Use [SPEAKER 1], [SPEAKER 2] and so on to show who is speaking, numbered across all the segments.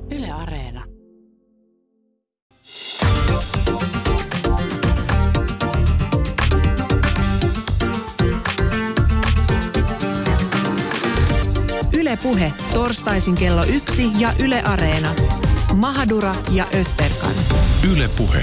[SPEAKER 1] Yle Areena.
[SPEAKER 2] Yle Puhe, torstaisin kello 1 ja Yle Areena. Mahadura ja Ösberkan.
[SPEAKER 3] Yle Puhe.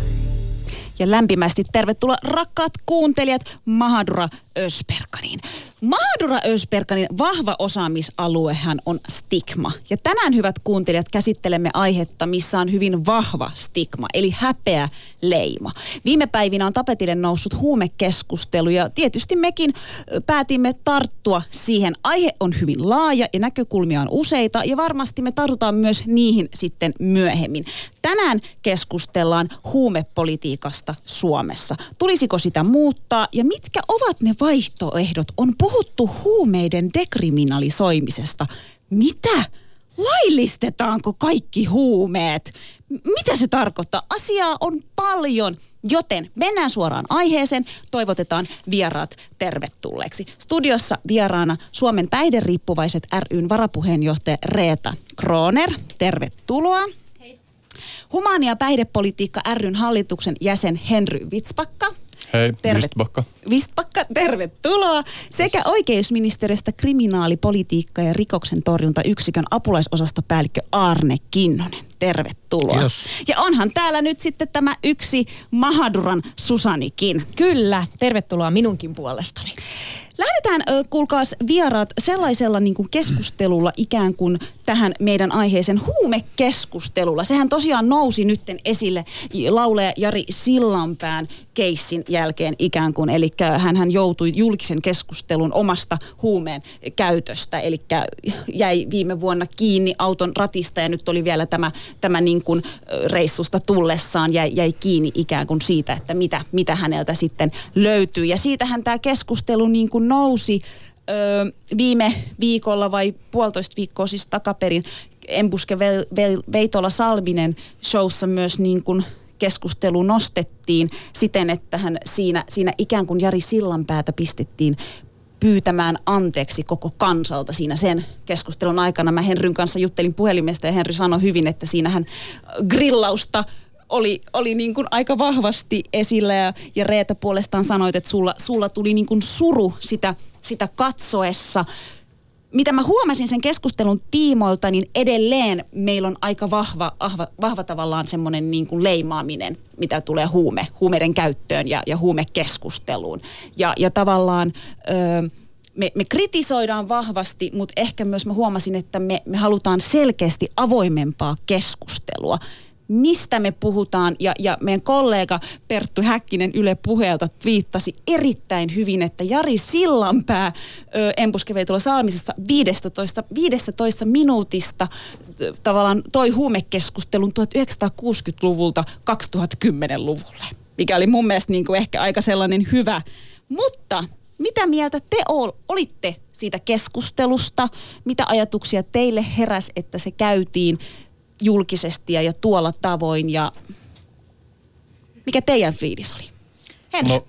[SPEAKER 4] Ja lämpimästi tervetuloa rakkaat kuuntelijat Mahadura Ösberkaniin. Mahadura Ösberkanin vahva osaamisaluehan on stigma. Ja tänään, hyvät kuuntelijat, käsittelemme aihetta, missä on hyvin vahva stigma, eli häpeä leima. Viime päivinä on tapetille noussut huumekeskustelu ja tietysti mekin päätimme tarttua siihen. Aihe on hyvin laaja ja näkökulmia on useita ja varmasti me tartutaan myös niihin sitten myöhemmin. Tänään keskustellaan huumepolitiikasta Suomessa. Tulisiko sitä muuttaa ja mitkä ovat ne vaihtoehdot? On puhuttu huumeiden dekriminalisoimisesta. Mitä? Laillistetaanko kaikki huumeet? Mitä se tarkoittaa? Asiaa on paljon, joten mennään suoraan aiheeseen. Toivotetaan vieraat tervetulleeksi. Studiossa vieraana Suomen päihderiippuvaiset ry:n varapuheenjohtaja Reetta Kroner. Tervetuloa. Hei. Humaania ja päihdepolitiikka ry:n hallituksen jäsen Henry Vistbacka.
[SPEAKER 3] Hei, Vistbacka,
[SPEAKER 4] tervetuloa. Sekä oikeusministeriöstä kriminaalipolitiikka ja rikoksen torjuntayksikön apulaisosastopäällikkö Aarne Kinnunen. Tervetuloa.
[SPEAKER 3] Kiitos.
[SPEAKER 4] Ja onhan täällä nyt sitten tämä yksi Mahaduran Susanikin.
[SPEAKER 5] Kyllä, tervetuloa minunkin puolestani.
[SPEAKER 4] Lähdetään, kuulkaas vieraat, sellaisella niin kuin keskustelulla ikään kuin tähän meidän aiheeseen huumekeskustelulla. Sehän tosiaan nousi nytten esille laulaja Jari Sillanpään keissin jälkeen ikään kuin. Eli hän joutui julkisen keskustelun omasta huumeen käytöstä. Eli jäi viime vuonna kiinni auton ratista ja nyt oli vielä tämä niin kuin reissusta tullessaan jäi kiinni ikään kuin siitä, että mitä häneltä sitten löytyy. Ja siitähän tämä keskustelu niin kuin nousi viime viikolla vai puolitoista viikkoa siis takaperin Embuske Veitola Salminen showssa myös niin kuin keskustelu nostettiin siten, että hän siinä ikään kuin Jari Sillanpäätä pistettiin pyytämään anteeksi koko kansalta siinä sen keskustelun aikana. Mä Henryn kanssa juttelin puhelimesta ja Henry sanoi hyvin, että siinähän grillausta oli niin kuin aika vahvasti esillä ja Reetta puolestaan sanoit, että sulla tuli niin kuin suru sitä katsoessa. Mitä mä huomasin sen keskustelun tiimoilta, niin edelleen meillä on aika vahva tavallaan semmoinen niin kuin leimaaminen, mitä tulee huumeiden käyttöön ja huumekeskusteluun. Ja tavallaan me kritisoidaan vahvasti, mutta ehkä myös mä huomasin, että me halutaan selkeästi avoimempaa keskustelua. Mistä me puhutaan, ja meidän kollega Perttu Häkkinen Yle Puheelta twiittasi erittäin hyvin, että Jari Sillanpää Embuske Veitola Salmisessa 15 minuutista tavallaan toi huumekeskustelun 1960-luvulta 2010-luvulle, mikä oli mun mielestä niin kuin ehkä aika sellainen hyvä. Mutta mitä mieltä te olitte siitä keskustelusta? Mitä ajatuksia teille heräsi, että se käytiin julkisesti ja tuolla tavoin, ja mikä teidän fiilis oli? Henry.
[SPEAKER 3] No,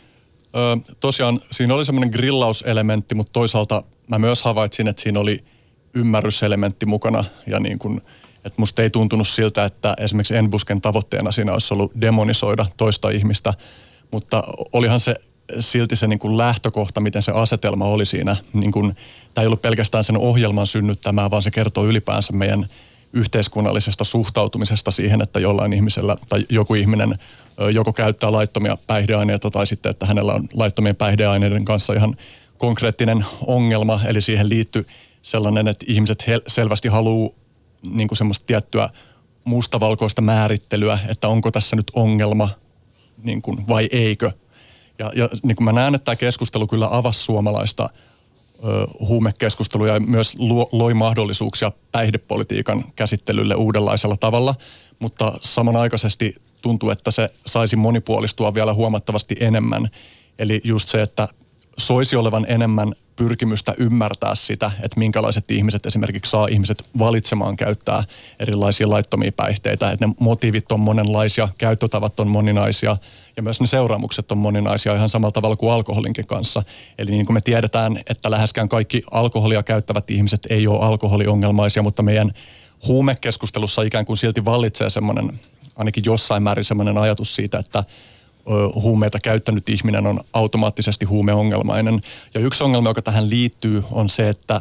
[SPEAKER 3] tosiaan siinä oli semmoinen grillauselementti, mutta toisaalta mä myös havaitsin, että siinä oli ymmärryselementti mukana, ja niin kuin, että musta ei tuntunut siltä, että esimerkiksi Embusken tavoitteena siinä olisi ollut demonisoida toista ihmistä, mutta olihan se silti se niin kuin lähtökohta, miten se asetelma oli siinä, niin kuin, tämä ei ollut pelkästään sen ohjelman synnyttämää, vaan se kertoo ylipäänsä meidän yhteiskunnallisesta suhtautumisesta siihen, että jollain ihmisellä tai joku ihminen joko käyttää laittomia päihdeaineita tai sitten, että hänellä on laittomien päihdeaineiden kanssa ihan konkreettinen ongelma. Eli siihen liittyy sellainen, että ihmiset selvästi haluaa niin kuin semmoista tiettyä mustavalkoista määrittelyä, että onko tässä nyt ongelma niin kuin, vai eikö. Ja niin kuin mä näen, että tämä keskustelu kyllä avasi suomalaista huumekeskustelua ja myös loi mahdollisuuksia päihdepolitiikan käsittelylle uudenlaisella tavalla, mutta samanaikaisesti tuntuu, että se saisi monipuolistua vielä huomattavasti enemmän. Eli just se, että soisi olevan enemmän pyrkimystä ymmärtää sitä, että minkälaiset ihmiset esimerkiksi saa ihmiset valitsemaan käyttää erilaisia laittomia päihteitä, että ne motiivit on monenlaisia, käyttötavat on moninaisia ja myös ne seuraamukset on moninaisia ihan samalla tavalla kuin alkoholinkin kanssa. Eli niin kuin me tiedetään, että läheskään kaikki alkoholia käyttävät ihmiset ei ole alkoholiongelmaisia, mutta meidän huumekeskustelussa ikään kuin silti vallitsee semmoinen, ainakin jossain määrin semmoinen ajatus siitä, että huumeita käyttänyt ihminen on automaattisesti huumeongelmainen. Ja yksi ongelma, joka tähän liittyy, on se, että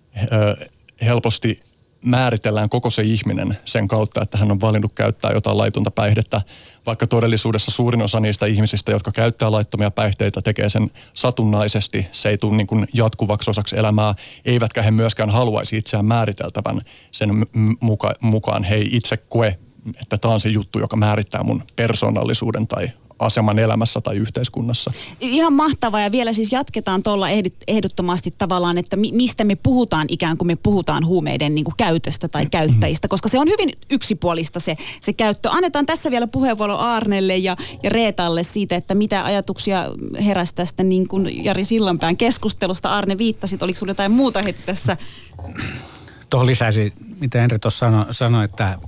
[SPEAKER 3] helposti määritellään koko se ihminen sen kautta, että hän on valinnut käyttää jotain laitonta päihdettä, vaikka todellisuudessa suurin osa niistä ihmisistä, jotka käyttää laittomia päihteitä, tekee sen satunnaisesti. Se ei tule niin kuin jatkuvaksi osaksi elämää, eivätkä he myöskään haluaisi itseään määriteltävän sen mukaan. He ei itse koe, että tämä on se juttu, joka määrittää mun persoonallisuuden tai aseman elämässä tai yhteiskunnassa.
[SPEAKER 4] Ihan mahtavaa, ja vielä siis jatketaan tuolla ehdottomasti tavallaan, että mistä me puhutaan ikään kuin me puhutaan huumeiden niin kuin käytöstä tai käyttäjistä, koska se on hyvin yksipuolista se käyttö. Annetaan tässä vielä puheenvuoro Aarnelle ja Reetalle siitä, että mitä ajatuksia heräsi tästä niin kuin Jari Sillanpään keskustelusta. Aarne, viittasit, oliko sinulla jotain muuta heti tässä?
[SPEAKER 1] Tuohon lisäisi, mitä Henri tuossa sanoi, että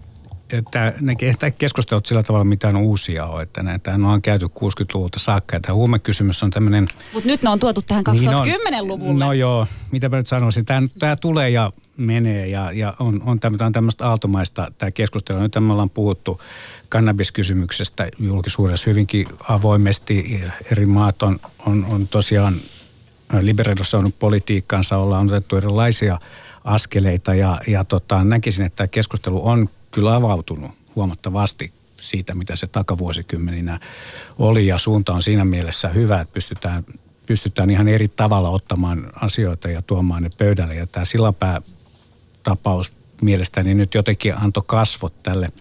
[SPEAKER 1] ne keskustelut sillä tavalla mitään uusia on, että näitä on käyty 60-luvulta saakka, ja tämä huumekysymys on tämmöinen.
[SPEAKER 4] Mutta nyt ne on tuotu tähän 2010-luvulle.
[SPEAKER 1] No joo, mitä mä nyt sanoisin, tämä tulee ja menee, ja on tämmöistä aaltomaista tämä keskustelu. Nyt me ollaan puhuttu kannabiskysymyksestä julkisuudessa hyvinkin avoimesti. Eri maat on tosiaan liberalisoinut politiikkaansa, ollaan otettu erilaisia askeleita, ja näkisin, että tämä keskustelu on kyllä avautunut huomattavasti siitä, mitä se takavuosikymmeninä oli, ja suunta on siinä mielessä hyvä, että pystytään ihan eri tavalla ottamaan asioita ja tuomaan ne pöydälle. Ja tämä Sillanpää-tapaus mielestäni nyt jotenkin antoi kasvot tälle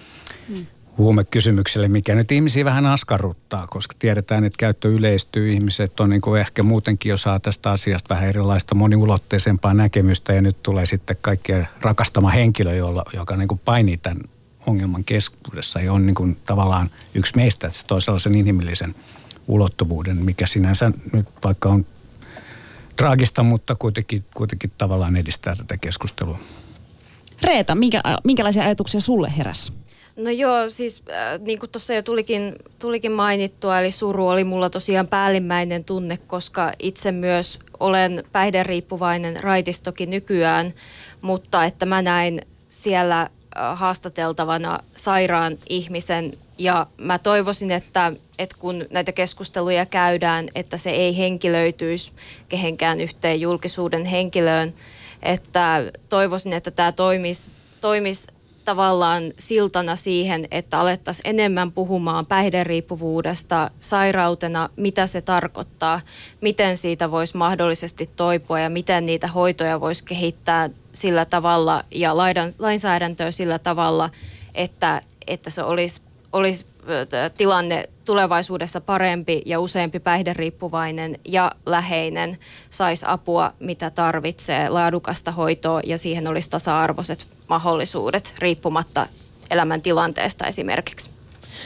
[SPEAKER 1] huumekysymykselle, mikä nyt ihmisiä vähän askarruttaa, koska tiedetään, että käyttö yleistyy. Ihmiset on niin kuin ehkä muutenkin jo saa tästä asiasta vähän erilaista moniulotteisempaa näkemystä, ja nyt tulee sitten kaikkien rakastama henkilö, joka niin kuin painii tämän ongelman keskuudessa ja on niin kuin tavallaan yksi meistä, että se toi sellaisen inhimillisen ulottuvuuden, mikä sinänsä nyt vaikka on traagista, mutta kuitenkin tavallaan edistää tätä keskustelua.
[SPEAKER 4] Reeta, minkälaisia ajatuksia sulle heräsi?
[SPEAKER 6] No joo, siis niin kuin tuossa jo tulikin mainittua, eli suru oli mulla tosiaan päällimmäinen tunne, koska itse myös olen päihderiippuvainen raitistokin nykyään, mutta että mä näin siellä haastateltavana sairaan ihmisen, ja mä toivoisin, että kun näitä keskusteluja käydään, että se ei henkilöityisi kehenkään yhteen julkisuuden henkilöön, että toivoisin, että tämä toimisi tavallaan siltana siihen, että alettaisiin enemmän puhumaan päihderiippuvuudesta sairautena, mitä se tarkoittaa, miten siitä voisi mahdollisesti toipua ja miten niitä hoitoja voisi kehittää sillä tavalla ja lainsäädäntöä sillä tavalla, että se olisi tilanne tulevaisuudessa parempi ja useampi päihderiippuvainen ja läheinen saisi apua, mitä tarvitsee, laadukasta hoitoa, ja siihen olisi tasa-arvoiset mahdollisuudet riippumatta elämäntilanteesta esimerkiksi.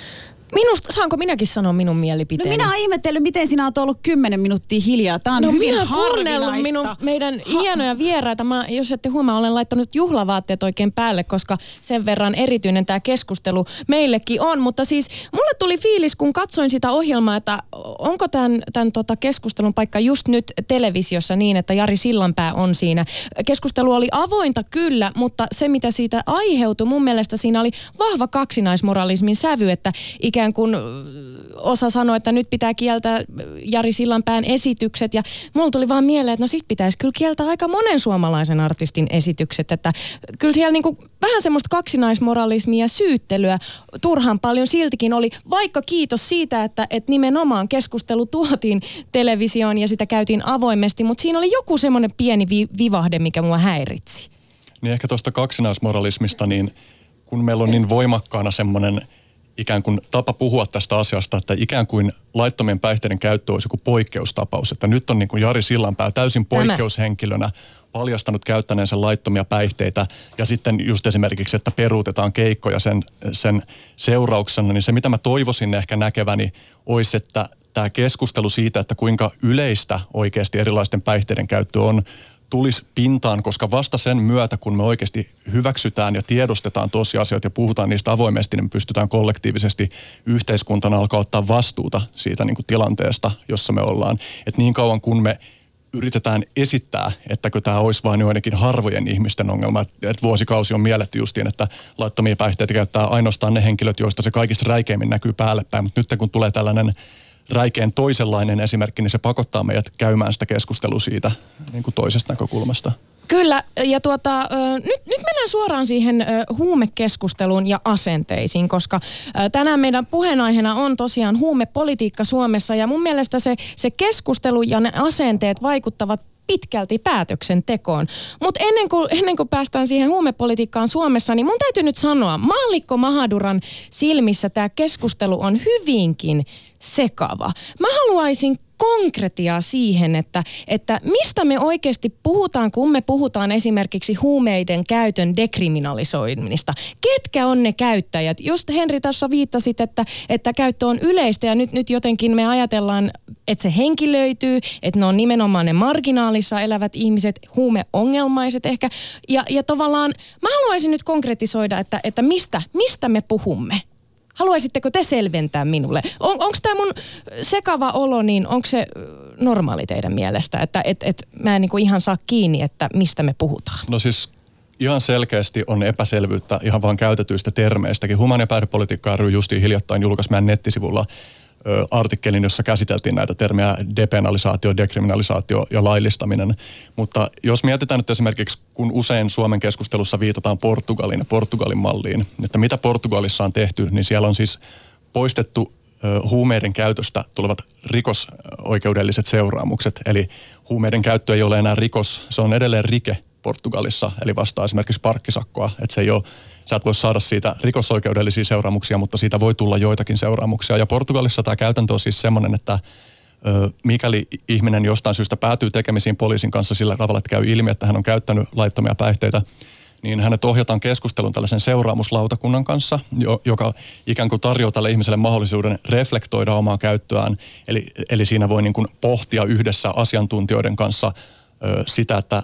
[SPEAKER 5] Saanko minäkin sanoa minun mielipiteeni?
[SPEAKER 4] No minä olen ihmetellyt, miten sinä olet ollut 10 minuuttia hiljaa. Tämä on hyvin harvinaista.
[SPEAKER 5] Meidän hienoja vieraita. Jos ette huomaa, olen laittanut juhlavaatteet oikein päälle, koska sen verran erityinen tämä keskustelu meillekin on. Mutta siis mulle tuli fiilis, kun katsoin sitä ohjelmaa, että onko tämän keskustelun paikka just nyt televisiossa niin, että Jari Sillanpää on siinä. Keskustelu oli avointa kyllä, mutta se mitä siitä aiheutui, mun mielestä siinä oli vahva kaksinaismoralismin sävy, että ikään kuin osa sanoi, että nyt pitää kieltää Jari Sillanpään esitykset, ja mulla tuli vaan mieleen, että no sit pitäisi kyllä kieltää aika monen suomalaisen artistin esitykset, että kyllä siellä niinku vähän semmoista kaksinaismoralismia ja syyttelyä turhan paljon siltikin oli, vaikka kiitos siitä, että nimenomaan keskustelu tuotiin televisioon ja sitä käytiin avoimesti, mutta siinä oli joku semmoinen pieni vivahde, mikä mua häiritsi.
[SPEAKER 3] Niin ehkä tuosta kaksinaismoralismista, niin kun meillä on niin voimakkaana semmoinen ikään kuin tapa puhua tästä asiasta, että ikään kuin laittomien päihteiden käyttö olisi joku poikkeustapaus. Että nyt on niin kuin Jari Sillanpää täysin poikkeushenkilönä paljastanut käyttäneensä laittomia päihteitä, ja sitten just esimerkiksi, että peruutetaan keikkoja sen seurauksena, niin se mitä mä toivoisin ehkä näkeväni olisi, että tämä keskustelu siitä, että kuinka yleistä oikeasti erilaisten päihteiden käyttö on, tulisi pintaan, koska vasta sen myötä, kun me oikeasti hyväksytään ja tiedostetaan tosiasiat ja puhutaan niistä avoimesti, niin me pystytään kollektiivisesti yhteiskuntana alkaa ottaa vastuuta siitä niin kuin tilanteesta, jossa me ollaan. Et niin kauan kun me yritetään esittää, ettäkö tämä olisi vain joidenkin harvojen ihmisten ongelma. Että vuosikausi on mielletty justiin, että laittomia päihteitä käyttää ainoastaan ne henkilöt, joista se kaikista räikeimmin näkyy päälle päin. Mutta nyt kun tulee tällainen räikeän toisenlainen esimerkki, niin se pakottaa meidät käymään sitä keskustelua siitä niin kuin toisesta näkökulmasta.
[SPEAKER 5] Kyllä, ja nyt mennään suoraan siihen huumekeskusteluun ja asenteisiin, koska tänään meidän puheenaiheena on tosiaan huumepolitiikka Suomessa, ja mun mielestä se keskustelu ja ne asenteet vaikuttavat pitkälti päätöksentekoon. Mutta ennen kuin päästään siihen huumepolitiikkaan Suomessa, niin mun täytyy nyt sanoa, maallikko Mahaduran silmissä tämä keskustelu on hyvinkin sekava. Mä haluaisin konkretiaa siihen, että mistä me oikeasti puhutaan, kun me puhutaan esimerkiksi huumeiden käytön dekriminalisoinnista. Ketkä on ne käyttäjät? Just Henri tässä viittasit, että käyttö on yleistä ja nyt jotenkin me ajatellaan, että se henkilöityy, että ne on nimenomaan ne marginaalissa elävät ihmiset, huumeongelmaiset ehkä. Ja tavallaan mä haluaisin nyt konkretisoida, että mistä me puhumme. Haluaisitteko te selventää minulle? Onko tämä mun sekava olo, niin onko se normaali teidän mielestä, että mä en niinku ihan saa kiinni, että mistä me puhutaan?
[SPEAKER 3] No siis ihan selkeästi on epäselvyyttä ihan vaan käytetyistä termeistäkin. Human- ja päihdepolitiikka ry justiin hiljattain julkaisi meidän nettisivulla artikkelin, jossa käsiteltiin näitä termejä depenalisaatio, dekriminalisaatio ja laillistaminen. Mutta jos mietitään nyt esimerkiksi, kun usein Suomen keskustelussa viitataan Portugalin malliin, että mitä Portugalissa on tehty, niin siellä on siis poistettu huumeiden käytöstä tulevat rikosoikeudelliset seuraamukset. Eli huumeiden käyttö ei ole enää rikos, se on edelleen rike Portugalissa, eli vastaa esimerkiksi parkkisakkoa, että se ei ole. Sä et voi saada siitä rikosoikeudellisia seuraamuksia, mutta siitä voi tulla joitakin seuraamuksia. Ja Portugalissa tämä käytäntö on siis semmoinen, että mikäli ihminen jostain syystä päätyy tekemisiin poliisin kanssa sillä tavalla, että käy ilmi, että hän on käyttänyt laittomia päihteitä, niin hänet ohjataan keskustelun tällaisen seuraamuslautakunnan kanssa, joka ikään kuin tarjoaa tälle ihmiselle mahdollisuuden reflektoida omaa käyttöään. Eli siinä voi niin kuin pohtia yhdessä asiantuntijoiden kanssa sitä, että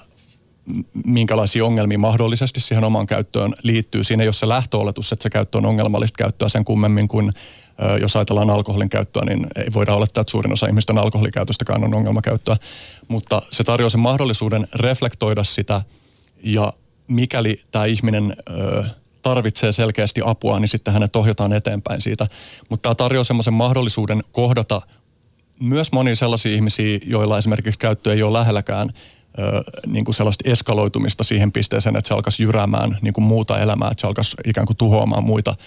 [SPEAKER 3] minkälaisia ongelmia mahdollisesti siihen omaan käyttöön liittyy. Siinä ei ole se lähtöoletus, että se käyttö on ongelmallista käyttöä sen kummemmin kuin jos ajatellaan alkoholin käyttöä, niin ei voida olettaa, että suurin osa ihmisten alkoholikäytöstäkään on ongelmakäyttöä. Mutta se tarjoaa sen mahdollisuuden reflektoida sitä, ja mikäli tämä ihminen tarvitsee selkeästi apua, niin sitten hänet ohjataan eteenpäin siitä. Mutta tämä tarjoaa semmoisen mahdollisuuden kohdata myös monia sellaisia ihmisiä, joilla esimerkiksi käyttö ei ole lähelläkään niin kuin sellaista eskaloitumista siihen pisteeseen, että se alkaisi jyräämään niin kuin muuta elämää, että se alkaisi ikään kuin tuhoamaan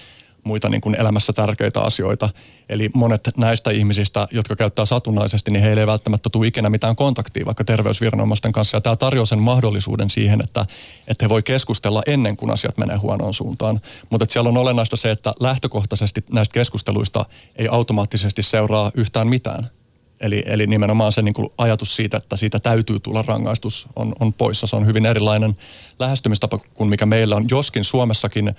[SPEAKER 3] muita niin kuin elämässä tärkeitä asioita. Eli monet näistä ihmisistä, jotka käyttää satunnaisesti, niin heille ei välttämättä tule ikinä mitään kontaktia vaikka terveysviranomaisten kanssa. Ja tämä tarjoaa sen mahdollisuuden siihen, että he voi keskustella ennen kuin asiat menee huonoon suuntaan. Mutta siellä on olennaista se, että lähtökohtaisesti näistä keskusteluista ei automaattisesti seuraa yhtään mitään. Eli nimenomaan se niin kuin ajatus siitä, että siitä täytyy tulla rangaistus on poissa. Se on hyvin erilainen lähestymistapa kuin mikä meillä on. Joskin Suomessakin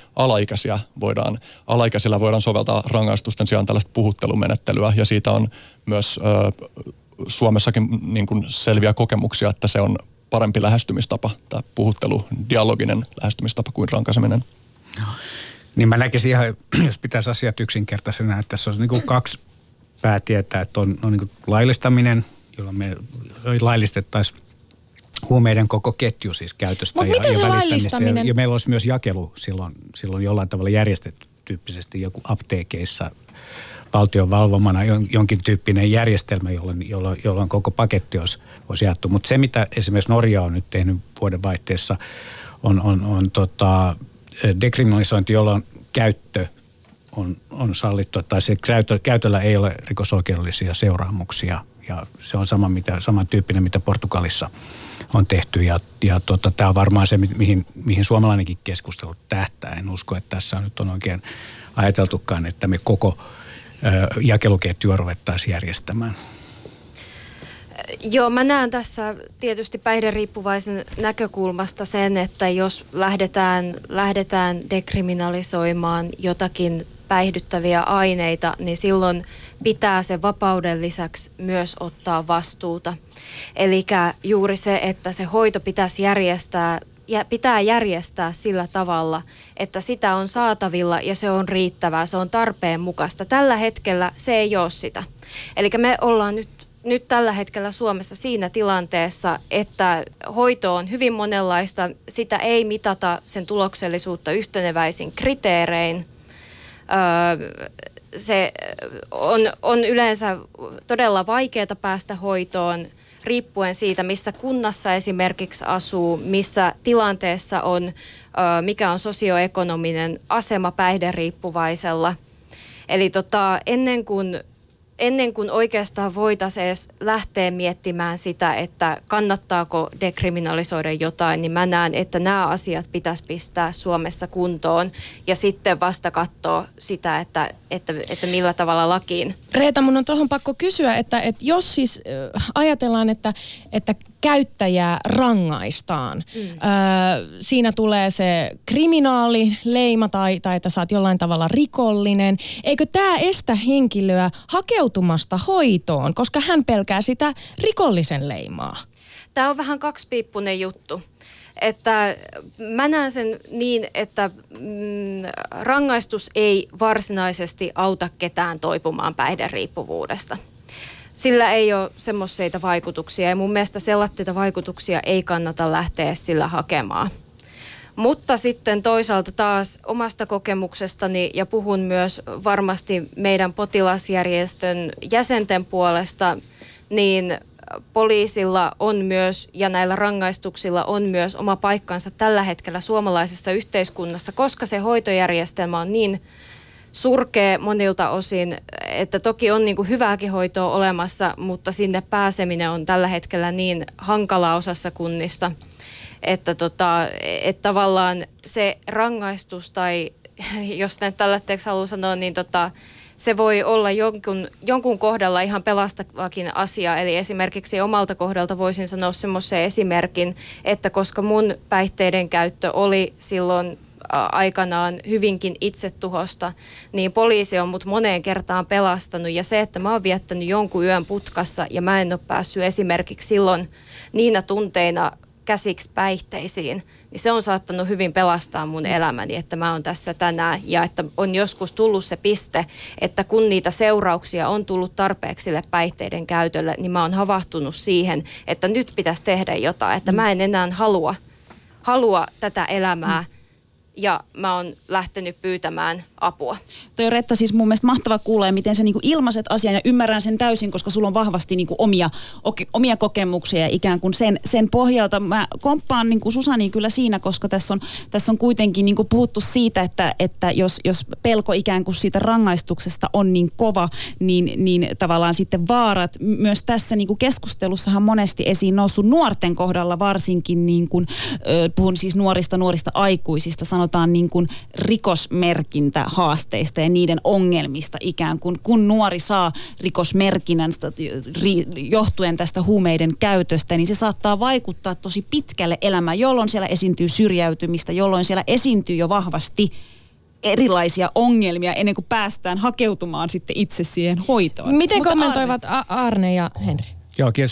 [SPEAKER 3] alaikäisillä voidaan soveltaa rangaistusten sijaan tällaista puhuttelumenettelyä. Ja siitä on myös Suomessakin niin kuin selviä kokemuksia, että se on parempi lähestymistapa, tämä puhuttelu, dialoginen lähestymistapa kuin rankaiseminen.
[SPEAKER 1] No. Niin mä näkisin ihan, jos pitäisi asiat yksinkertaisena, että tässä on niin kuin kaksi päätietä, että on niin kuin laillistaminen, jolloin me laillistettaisiin huumeiden koko ketju siis käytöstä.
[SPEAKER 5] Mutta miten se laillistaminen?
[SPEAKER 1] Ja meillä olisi myös jakelu silloin jollain tavalla järjestetty tyyppisesti joku apteekeissa valtion valvomana jonkin tyyppinen järjestelmä, jolloin koko paketti olisi jaettu. Mutta se, mitä esimerkiksi Norja on nyt tehnyt vuodenvaihteessa, on dekriminalisointi, jolloin käyttö on sallittu, tai se käytöllä ei ole rikosoikeudellisia seuraamuksia, ja se on samantyyppinen, mitä Portugalissa on tehty, ja tämä on varmaan se, mihin suomalainenkin keskustelu tähtää. En usko, että tässä nyt on oikein ajateltukaan, että me koko jakeluketjua ruvettaisiin järjestämään.
[SPEAKER 6] Joo, mä näen tässä tietysti päihderiippuvaisen näkökulmasta sen, että jos lähdetään dekriminalisoimaan jotakin päihdyttäviä aineita, niin silloin pitää sen vapauden lisäksi myös ottaa vastuuta. Eli juuri se, että se hoito pitää järjestää sillä tavalla, että sitä on saatavilla ja se on riittävää, se on tarpeen mukaista. Tällä hetkellä se ei ole sitä. Eli me ollaan nyt nyt tällä hetkellä Suomessa siinä tilanteessa, että hoito on hyvin monenlaista, sitä ei mitata sen tuloksellisuutta yhteneväisin kriteerein. Se on yleensä todella vaikeaa päästä hoitoon riippuen siitä, missä kunnassa esimerkiksi asuu, missä tilanteessa on, mikä on sosioekonominen asema päihderiippuvaisella. Eli ennen kuin oikeastaan voitaisiin edes lähteä miettimään sitä, että kannattaako dekriminalisoida jotain, niin mä näen, että nämä asiat pitäisi pistää Suomessa kuntoon ja sitten vasta katsoa sitä, että millä tavalla lakiin.
[SPEAKER 5] Reetta, mun on tuohon pakko kysyä, että jos siis ajatellaan, että käyttäjää rangaistaan, siinä tulee se kriminaalileima tai että sä oot jollain tavalla rikollinen. Eikö tämä estä henkilöä hakeutumasta hoitoon, koska hän pelkää sitä rikollisen leimaa?
[SPEAKER 6] Tämä on vähän kaksipiippunen juttu. Että mä näen sen niin, että rangaistus ei varsinaisesti auta ketään toipumaan päihderiippuvuudesta. Sillä ei ole semmoisia vaikutuksia ja mun mielestä sellaisia vaikutuksia ei kannata lähteä sillä hakemaan. Mutta sitten toisaalta taas omasta kokemuksestani ja puhun myös varmasti meidän potilasjärjestön jäsenten puolesta, niin poliisilla on myös ja näillä rangaistuksilla on myös oma paikkansa tällä hetkellä suomalaisessa yhteiskunnassa, koska se hoitojärjestelmä on niin surkea monilta osin, että toki on niin kuin hyvääkin hoitoa olemassa, mutta sinne pääseminen on tällä hetkellä niin hankalaa osassa kunnista, että tavallaan se rangaistus tai jos näin tällätteeksi haluaa sanoa, niin se voi olla jonkun kohdalla ihan pelastavakin asia. Eli esimerkiksi omalta kohdalta voisin sanoa semmoisen esimerkin, että koska mun päihteiden käyttö oli silloin aikanaan hyvinkin itsetuhosta, niin poliisi on mut moneen kertaan pelastanut. Ja se, että mä oon viettänyt jonkun yön putkassa ja mä en ole päässyt esimerkiksi silloin niinä tunteina käsiksi päihteisiin, niin se on saattanut hyvin pelastaa mun elämäni, että mä oon tässä tänään ja että on joskus tullut se piste, että kun niitä seurauksia on tullut tarpeeksi sille päihteiden käytölle, niin mä oon havahtunut siihen, että nyt pitäisi tehdä jotain, että mä en enää halua tätä elämää ja mä oon lähtenyt pyytämään apua.
[SPEAKER 4] Toi on, Reetta, siis mun mielestä mahtava kuulla ja miten sä niinku ilmaiset asian ja ymmärrän sen täysin, koska sulla on vahvasti niinku omia kokemuksia ja ikään kuin sen pohjalta. Mä komppaan niinku Susani kyllä siinä, koska tässä on kuitenkin niinku puhuttu siitä, että jos pelko ikään kuin siitä rangaistuksesta on niin kova, niin tavallaan sitten vaarat. Myös tässä niinku keskustelussahan monesti esiin noussut nuorten kohdalla varsinkin, niin kuin, puhun siis nuorista aikuisista, sanotaan niin kuin rikosmerkintä haasteista ja niiden ongelmista ikään kuin, kun nuori saa rikosmerkinnän johtuen tästä huumeiden käytöstä, niin se saattaa vaikuttaa tosi pitkälle elämään, jolloin siellä esiintyy syrjäytymistä, jolloin siellä esiintyy jo vahvasti erilaisia ongelmia ennen kuin päästään hakeutumaan sitten itse siihen hoitoon.
[SPEAKER 5] Miten kommentoivat Aarne ja Henri?
[SPEAKER 1] Joo, kiitos.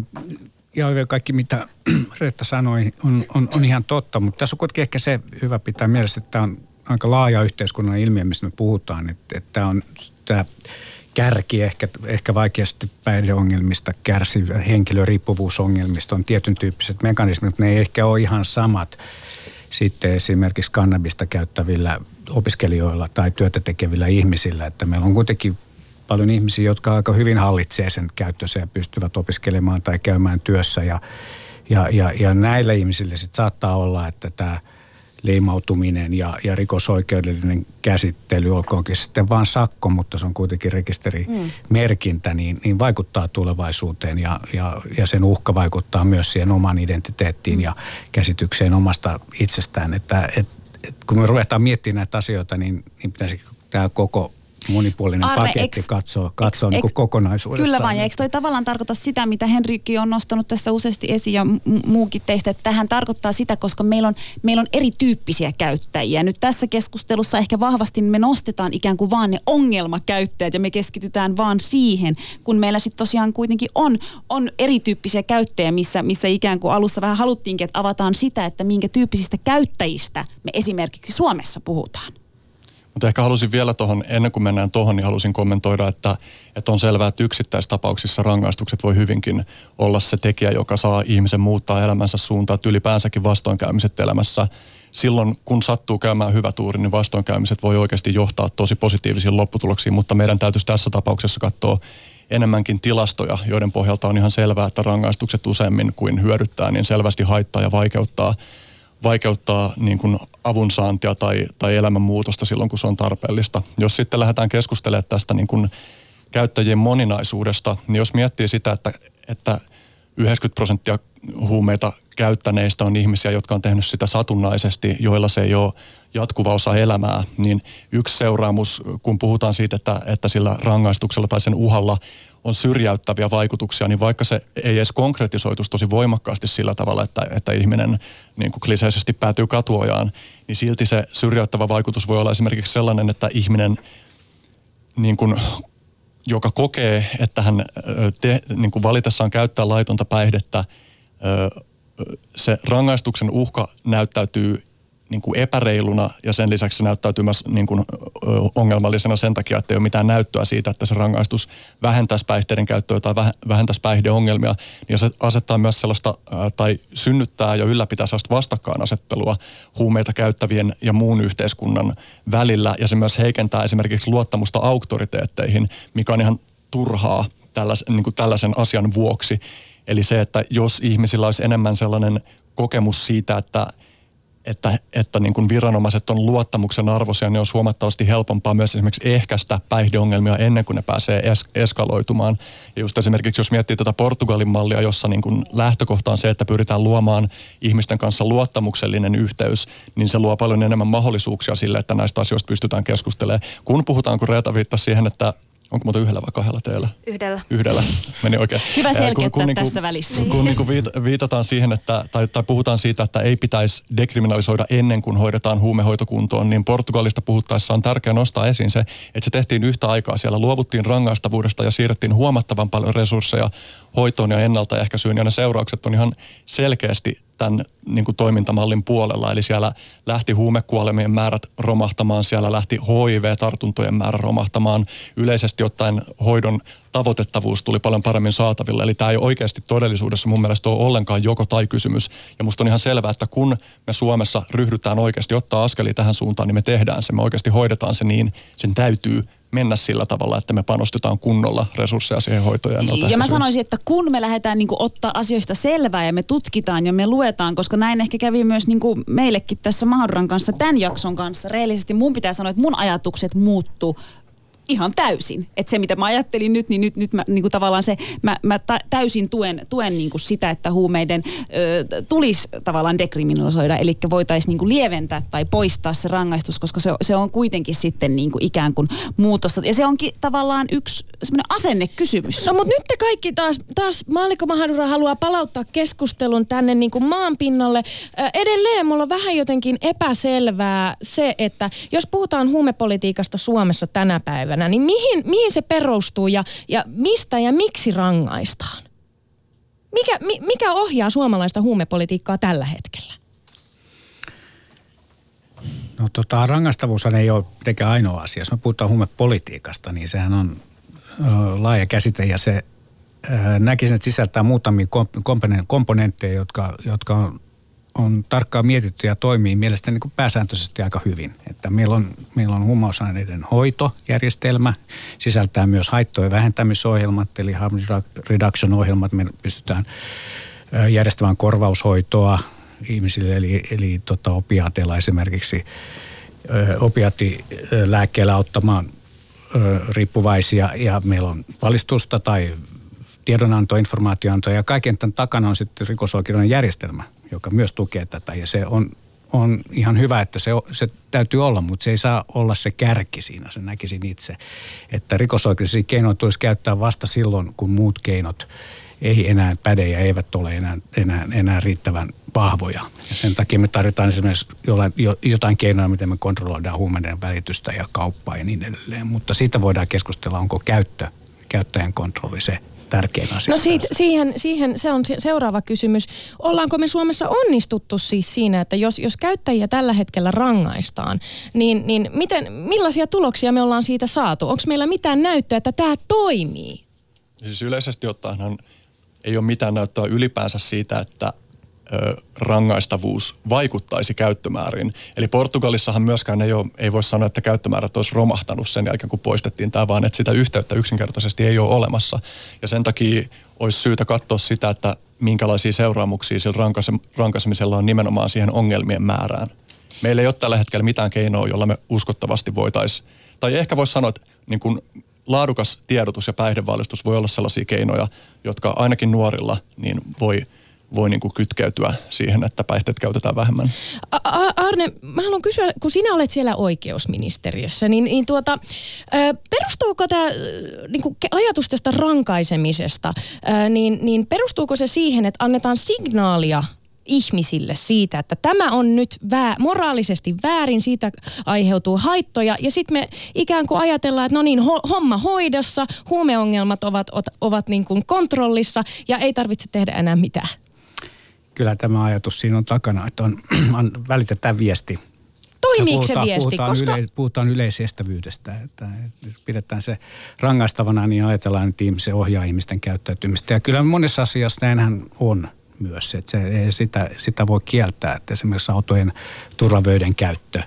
[SPEAKER 1] Ja kaikki, mitä Reetta sanoi, on ihan totta, mutta tässä on kuitenkin ehkä se hyvä pitää mielessä, että tämä on aika laaja yhteiskunnan ilmiö, missä me puhutaan, että tämä on tämä kärki ehkä vaikeasti päihdeongelmista kärsivä henkilöriippuvuusongelmista on tietyn tyyppiset mekanismit, mutta ne ei ehkä ole ihan samat sitten esimerkiksi kannabista käyttävillä opiskelijoilla tai työtä tekevillä ihmisillä, että meillä on kuitenkin paljon ihmisiä, jotka aika hyvin hallitsee sen käyttönsä ja pystyvät opiskelemaan tai käymään työssä ja näillä ihmisillä sitten saattaa olla, että tämä leimautuminen ja rikosoikeudellinen käsittely, olkoonkin sitten vaan sakko, mutta se on kuitenkin rekisterimerkintä, niin vaikuttaa tulevaisuuteen ja sen uhka vaikuttaa myös siihen omaan identiteettiin ja käsitykseen omasta itsestään. Että kun me ruvetaan miettimään näitä asioita, niin pitäisi tämä koko monipuolinen paketti katsoo niin kuin kokonaisuudessaan.
[SPEAKER 4] Kyllä vaan, ja eikö toi tavallaan tarkoita sitä, mitä Henrikki on nostanut tässä useasti esiin ja muukin teistä, että tähän tarkoittaa sitä, koska meillä on erityyppisiä käyttäjiä. Nyt tässä keskustelussa ehkä vahvasti me nostetaan ikään kuin vaan ne ongelmakäyttäjät ja me keskitytään vaan siihen, kun meillä sitten tosiaan kuitenkin on erityyppisiä käyttäjiä, missä ikään kuin alussa vähän haluttiinkin, että avataan sitä, että minkä tyyppisistä käyttäjistä me esimerkiksi Suomessa puhutaan.
[SPEAKER 3] Mutta ehkä halusin vielä tuohon, ennen kuin mennään tuohon, niin halusin kommentoida, että on selvää, että yksittäistapauksissa rangaistukset voi hyvinkin olla se tekijä, joka saa ihmisen muuttaa elämänsä suuntaan, että ylipäänsäkin vastoinkäymiset elämässä. Silloin, kun sattuu käymään hyvä tuuri, niin vastoinkäymiset voi oikeasti johtaa tosi positiivisiin lopputuloksiin, mutta meidän täytyisi tässä tapauksessa katsoa enemmänkin tilastoja, joiden pohjalta on ihan selvää, että rangaistukset useammin kuin hyödyttää, niin selvästi haittaa ja vaikeuttaa niin kuin avunsaantia tai elämänmuutosta silloin, kun se on tarpeellista. Jos sitten lähdetään keskustelemaan tästä niin kuin käyttäjien moninaisuudesta, niin jos miettii sitä, että 90% huumeita käyttäneistä on ihmisiä, jotka on tehnyt sitä satunnaisesti, joilla se ei ole jatkuva osa elämää, niin yksi seuraamus, kun puhutaan siitä, että sillä rangaistuksella tai sen uhalla on syrjäyttäviä vaikutuksia, niin vaikka se ei edes konkretisoitus tosi voimakkaasti sillä tavalla, että ihminen niin kuin kliseisesti päätyy katuojaan, niin silti se syrjäyttävä vaikutus voi olla esimerkiksi sellainen, että ihminen, niin kuin, joka kokee, että hän niin kuin valitessaan käyttää laitonta päihdettä, se rangaistuksen uhka näyttäytyy niin kuin epäreiluna ja sen lisäksi se näyttäytyy myös niin kuin ongelmallisena sen takia, että ei ole mitään näyttöä siitä, että se rangaistus vähentäisi päihteiden käyttöä tai vähentäisi päihdeongelmia. Ja se asettaa myös sellaista tai synnyttää ja ylläpitää sellaista vastakkainasettelua huumeita käyttävien ja muun yhteiskunnan välillä. Ja se myös heikentää esimerkiksi luottamusta auktoriteetteihin, mikä on ihan turhaa niin kuin tällaisen asian vuoksi. Eli se, että jos ihmisillä olisi enemmän sellainen kokemus siitä, että niin kuin viranomaiset on luottamuksen arvoisia, niin olisi huomattavasti helpompaa myös esimerkiksi ehkäistä päihdeongelmia ennen kuin ne pääsee eskaloitumaan. Ja just esimerkiksi jos miettii tätä Portugalin mallia, jossa niin kuin lähtökohta on se, että pyritään luomaan ihmisten kanssa luottamuksellinen yhteys, niin se luo paljon enemmän mahdollisuuksia sille, että näistä asioista pystytään keskustelemaan. Kun puhutaan, kun Reeta viittasi siihen, että onko muuta yhdellä vai kahdella teillä? Yhdellä. Meni oikein.
[SPEAKER 4] Hyvä selkeyttää tässä välissä.
[SPEAKER 3] Kun niin kuin viitataan siihen, tai puhutaan siitä, että ei pitäisi dekriminalisoida ennen kuin hoidetaan huumehoitokuntoon, niin Portugalista puhuttaessa on tärkeää nostaa esiin se, että se tehtiin yhtä aikaa. Siellä luovuttiin rangaistavuudesta ja siirrettiin huomattavan paljon resursseja hoitoon ja ennaltaehkäisyyn, ja ne seuraukset on ihan selkeästi tämän niin kuin toimintamallin puolella. Eli siellä lähti huumekuolemien määrät romahtamaan, siellä lähti HIV-tartuntojen määrä romahtamaan. Yleisesti ottaen hoidon tavoitettavuus tuli paljon paremmin saatavilla. Eli tämä ei oikeasti todellisuudessa mun mielestä ole ollenkaan joko tai kysymys. Ja musta on ihan selvää, että kun me Suomessa ryhdytään oikeasti ottaa askelia tähän suuntaan, niin me tehdään se. Me oikeasti hoidetaan se niin, sen täytyy mennä sillä tavalla, että me panostetaan kunnolla resursseja siihen hoitoon.
[SPEAKER 4] Ja mä sanoisin, että kun me lähdetään niin kuin ottaa asioista selvää ja me tutkitaan ja me luetaan, koska näin ehkä kävi myös niin kuin meillekin tässä Mahaduran kanssa, tämän jakson kanssa. Reellisesti mun pitää sanoa, että mun ajatukset muuttuu ihan täysin. Että se, mitä mä ajattelin nyt, niin nyt mä, niin kuin tavallaan se, mä täysin tuen niin kuin sitä, että huumeiden tulisi tavallaan dekriminalisoida, eli voitaisiin niin kuin lieventää tai poistaa se rangaistus, koska se on kuitenkin sitten niin kuin ikään kuin muutosta. Ja se onkin tavallaan yksi semmoinen asennekysymys.
[SPEAKER 5] No mutta nyt te kaikki taas Maallikko Mahadura haluaa palauttaa keskustelun tänne niin kuin maan pinnalle. Edelleen mulla on vähän jotenkin epäselvää se, että jos puhutaan huumepolitiikasta Suomessa tänä päivänä, niin mihin se perustuu ja mistä ja miksi rangaistaan? Mikä ohjaa suomalaista huumepolitiikkaa tällä hetkellä?
[SPEAKER 1] No rangaistavuushan ei ole mitenkään ainoa asia. Jos me puhutaan huumepolitiikasta, niin sehän on laaja käsite ja se näkisin, että sisältää muutamia komponentteja, jotka on tarkkaan mietitty ja toimii mielestäni niin kuin pääsääntöisesti aika hyvin. Että meillä on huumausaineiden hoitojärjestelmä, sisältää myös haittojen vähentämisohjelmat, eli harm reduction-ohjelmat. Me pystytään järjestämään korvaushoitoa ihmisille, eli opiaateilla esimerkiksi opiaatilääkkeellä auttamaan riippuvaisia, ja meillä on valistusta tai tiedonanto, informaatioanto, ja kaiken tämän takana on sitten rikosoikeuden järjestelmä, joka myös tukee tätä, ja se on ihan hyvä, että se täytyy olla, mutta se ei saa olla se kärki siinä, se näkisin itse, että rikosoikeudellisia keinoja tulisi käyttää vasta silloin, kun muut keinot ei enää päde ja eivät ole enää riittävän vahvoja. Ja sen takia me tarvitaan esimerkiksi jotain keinoja, miten me kontrolloidaan huumeiden välitystä ja kauppaa ja niin edelleen, mutta siitä voidaan keskustella, onko käyttäjän kontrolli se tärkein asia.
[SPEAKER 5] No siihen se on seuraava kysymys. Ollaanko me Suomessa onnistuttu siis siinä, että jos käyttäjiä tällä hetkellä rangaistaan, niin millaisia tuloksia me ollaan siitä saatu? Onko meillä mitään näyttöä, että tämä toimii?
[SPEAKER 3] Siis yleisesti ottaenhan ei ole mitään näyttöä ylipäänsä siitä, että rangaistavuus vaikuttaisi käyttömääriin. Eli Portugalissahan myöskään ei voi sanoa, että käyttömäärät olisi romahtanut sen jälkeen, kun poistettiin tämä, vaan että sitä yhteyttä yksinkertaisesti ei ole olemassa. Ja sen takia olisi syytä katsoa sitä, että minkälaisia seuraamuksia sillä rankaisemisella on nimenomaan siihen ongelmien määrään. Meillä ei ole tällä hetkellä mitään keinoa, jolla me uskottavasti voitaisiin, tai ehkä voisi sanoa, että niin kuin laadukas tiedotus ja päihdevalistus voi olla sellaisia keinoja, jotka ainakin nuorilla niin voi niin kuin kytkeytyä siihen, että päihteet käytetään vähemmän.
[SPEAKER 5] Arne, mä haluan kysyä, kun sinä olet siellä oikeusministeriössä, niin perustuuko tämä niin ajatus tästä rankaisemisesta, niin perustuuko se siihen, että annetaan signaalia ihmisille siitä, että tämä on nyt moraalisesti väärin, siitä aiheutuu haittoja, ja sitten me ikään kuin ajatellaan, että no niin, homma hoidossa, huumeongelmat ovat niin kuin kontrollissa, ja ei tarvitse tehdä enää mitään.
[SPEAKER 1] Kyllä tämä ajatus siinä on takana, että välitetään viesti.
[SPEAKER 5] Toimiiko se viesti?
[SPEAKER 1] Puhutaan yleisestävyydestä, että pidetään se rangaistavana, niin ajatellaan, että se ohjaa ihmisten käyttäytymistä. Ja kyllä monessa asiassa näinhän on myös, että sitä voi kieltää, että esimerkiksi autojen turvavöiden käyttö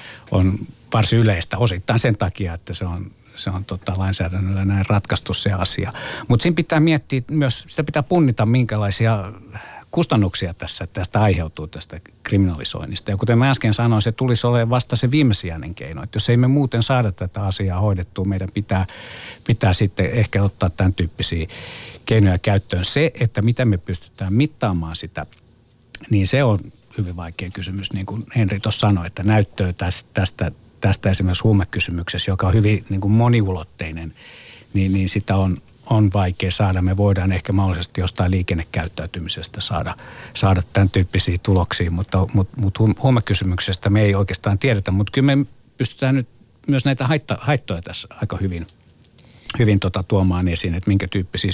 [SPEAKER 1] on varsin yleistä osittain sen takia, että se on lainsäädännöllä näin ratkaistu se asia. Mutta siinä pitää miettiä myös, sitä pitää punnita, minkälaisia kustannuksia tästä aiheutuu tästä kriminalisoinnista. Ja kuten mä äsken sanoin, se tulisi olemaan vasta se viimesijainen keino. Että jos ei me muuten saada tätä asiaa hoidettua, meidän pitää sitten ehkä ottaa tämän tyyppisiä keinoja käyttöön. Se, että miten me pystytään mittaamaan sitä, niin se on hyvin vaikea kysymys, niin kuin Henri tuossa sanoi, että näyttöä tästä esimerkiksi huumekysymyksessä, joka on hyvin niin kuin moniulotteinen, niin sitä on vaikea saada. Me voidaan ehkä mahdollisesti jostain liikennekäyttäytymisestä saada tämän tyyppisiä tuloksia, mutta huumekysymyksestä me ei oikeastaan tiedetä. Mutta kyllä me pystytään nyt myös näitä haittoja tässä aika hyvin tuomaan esiin, että minkä tyyppisiä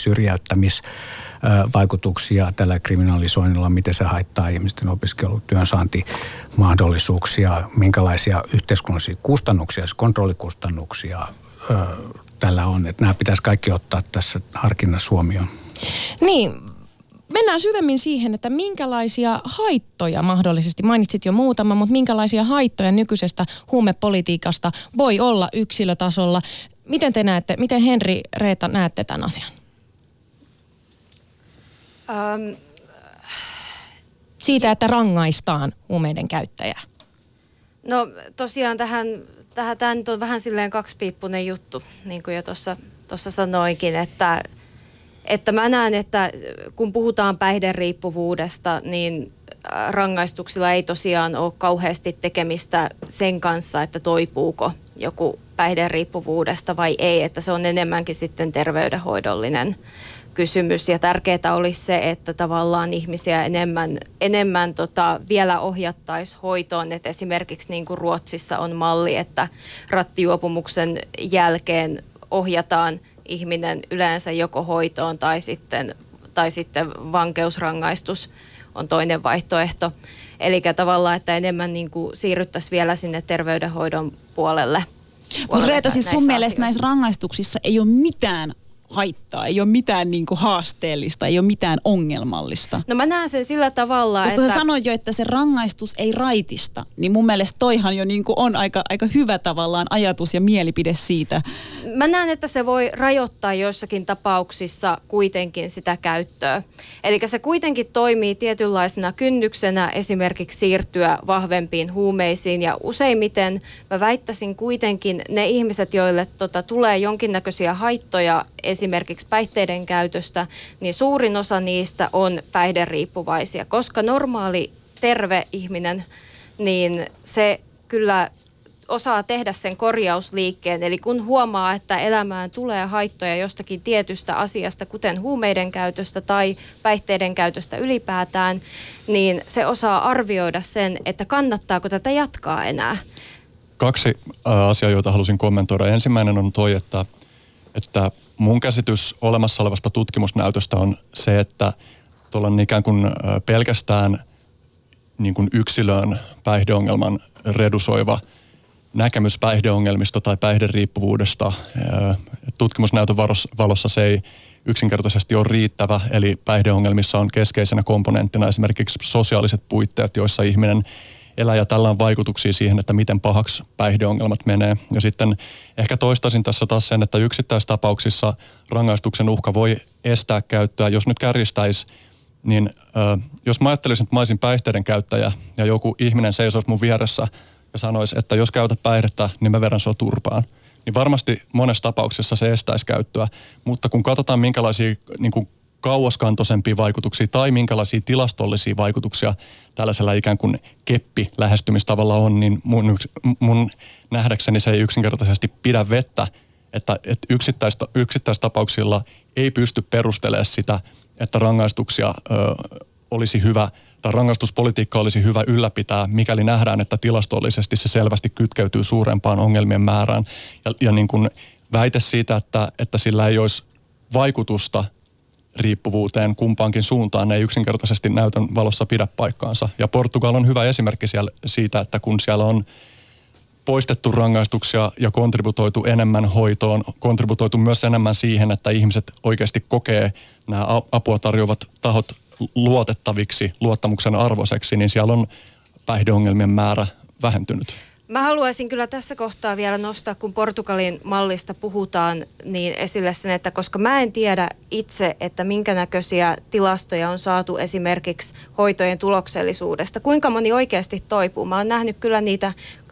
[SPEAKER 1] syrjäyttämisvaikutuksia tällä kriminalisoinnilla, miten se haittaa ihmisten opiskelu- työnsaantimahdollisuuksia, minkälaisia yhteiskunnallisia kustannuksia, kontrollikustannuksia tällä on. Että nämä pitäisi kaikki ottaa tässä harkinnassa huomioon.
[SPEAKER 5] Niin, mennään syvemmin siihen, että minkälaisia haittoja mahdollisesti, mainitsit jo muutama, mutta minkälaisia haittoja nykyisestä huumepolitiikasta voi olla yksilötasolla. Miten te näette, miten Henri, Reetta näette tämän asian? Siitä, että rangaistaan huumeiden käyttäjää.
[SPEAKER 6] No tosiaan tämä nyt on vähän silleen kaksipiippunen juttu, niin kuin jo tuossa sanoinkin, että mä näen, että kun puhutaan päihderiippuvuudesta, niin rangaistuksilla ei tosiaan ole kauheasti tekemistä sen kanssa, että toipuuko joku päihderiippuvuudesta vai ei, että se on enemmänkin sitten terveydenhoidollinen kysymys. Ja tärkeää olisi se, että tavallaan ihmisiä enemmän vielä ohjattaisiin hoitoon, että esimerkiksi niin kuin Ruotsissa on malli, että rattijuopumuksen jälkeen ohjataan ihminen yleensä joko hoitoon tai sitten vankeusrangaistus on toinen vaihtoehto. Eli tavallaan, että enemmän niin kuin siirryttäisiin vielä sinne terveydenhoidon puolelle.
[SPEAKER 4] Mutta Reetta, siis sun mielestä näissä rangaistuksissa ei ole mitään haittaa, ei ole mitään niinku haasteellista, ei ole mitään ongelmallista.
[SPEAKER 6] No mä näen sen sillä tavalla,
[SPEAKER 4] koska sä sanoit jo, että se rangaistus ei raitista, niin mun mielestä toihan jo niinku on aika hyvä tavallaan ajatus ja mielipide siitä.
[SPEAKER 6] Mä näen, että se voi rajoittaa joissakin tapauksissa kuitenkin sitä käyttöä. Eli se kuitenkin toimii tietynlaisena kynnyksenä esimerkiksi siirtyä vahvempiin huumeisiin ja useimmiten mä väittäisin kuitenkin ne ihmiset, joille tulee jonkinnäköisiä haittoja esimerkiksi päihteiden käytöstä, niin suurin osa niistä on päihderiippuvaisia, koska normaali terve ihminen, niin se kyllä osaa tehdä sen korjausliikkeen. Eli kun huomaa, että elämään tulee haittoja jostakin tietystä asiasta, kuten huumeiden käytöstä tai päihteiden käytöstä ylipäätään, niin se osaa arvioida sen, että kannattaako tätä jatkaa enää.
[SPEAKER 3] 2 asiaa, joita halusin kommentoida. Ensimmäinen on toi, että mun käsitys olemassa olevasta tutkimusnäytöstä on se, että tuolla on ikään kuin pelkästään niin kuin yksilön päihdeongelman redusoiva näkemys päihdeongelmista tai päihderiippuvuudesta. Tutkimusnäytön valossa se ei yksinkertaisesti ole riittävä, eli päihdeongelmissa on keskeisenä komponenttina esimerkiksi sosiaaliset puitteet, joissa ihminen elää, ja tällä on vaikutuksia siihen, että miten pahaksi päihdeongelmat menee. Ja sitten ehkä toistaisin tässä taas sen, että yksittäistapauksissa rangaistuksen uhka voi estää käyttöä. Jos nyt kärjistäisi, niin jos mä ajattelisin, että mä olisin päihteiden käyttäjä ja joku ihminen seisoisi mun vieressä ja sanoisi, että jos käytät päihdettä, niin mä vedän sua turpaan, niin varmasti monessa tapauksessa se estäisi käyttöä. Mutta kun katsotaan minkälaisia niin kuin kauaskantoisempia vaikutuksia tai minkälaisia tilastollisia vaikutuksia tällaisella ikään kuin keppi-lähestymistavalla on, niin mun nähdäkseni se ei yksinkertaisesti pidä vettä, että yksittäistapauksilla ei pysty perustelemaan sitä, että rangaistuksia olisi hyvä tai rangaistuspolitiikka olisi hyvä ylläpitää, mikäli nähdään, että tilastollisesti se selvästi kytkeytyy suurempaan ongelmien määrään. Ja niin kuin väite siitä, että sillä ei olisi vaikutusta riippuvuuteen kumpaankin suuntaan, ei yksinkertaisesti näytön valossa pidä paikkaansa. Ja Portugal on hyvä esimerkki siitä, että kun siellä on poistettu rangaistuksia ja kontributoitu enemmän hoitoon, kontributoitu myös enemmän siihen, että ihmiset oikeasti kokee nämä apua tarjoavat tahot luotettaviksi, luottamuksen arvoiseksi, niin siellä on päihdeongelmien määrä vähentynyt.
[SPEAKER 6] Mä haluaisin kyllä tässä kohtaa vielä nostaa, kun Portugalin mallista puhutaan, niin esille sen, että koska mä en tiedä itse, että minkä näköisiä tilastoja on saatu esimerkiksi hoitojen tuloksellisuudesta. Kuinka moni oikeasti toipuu? Mä oon nähnyt kyllä niitä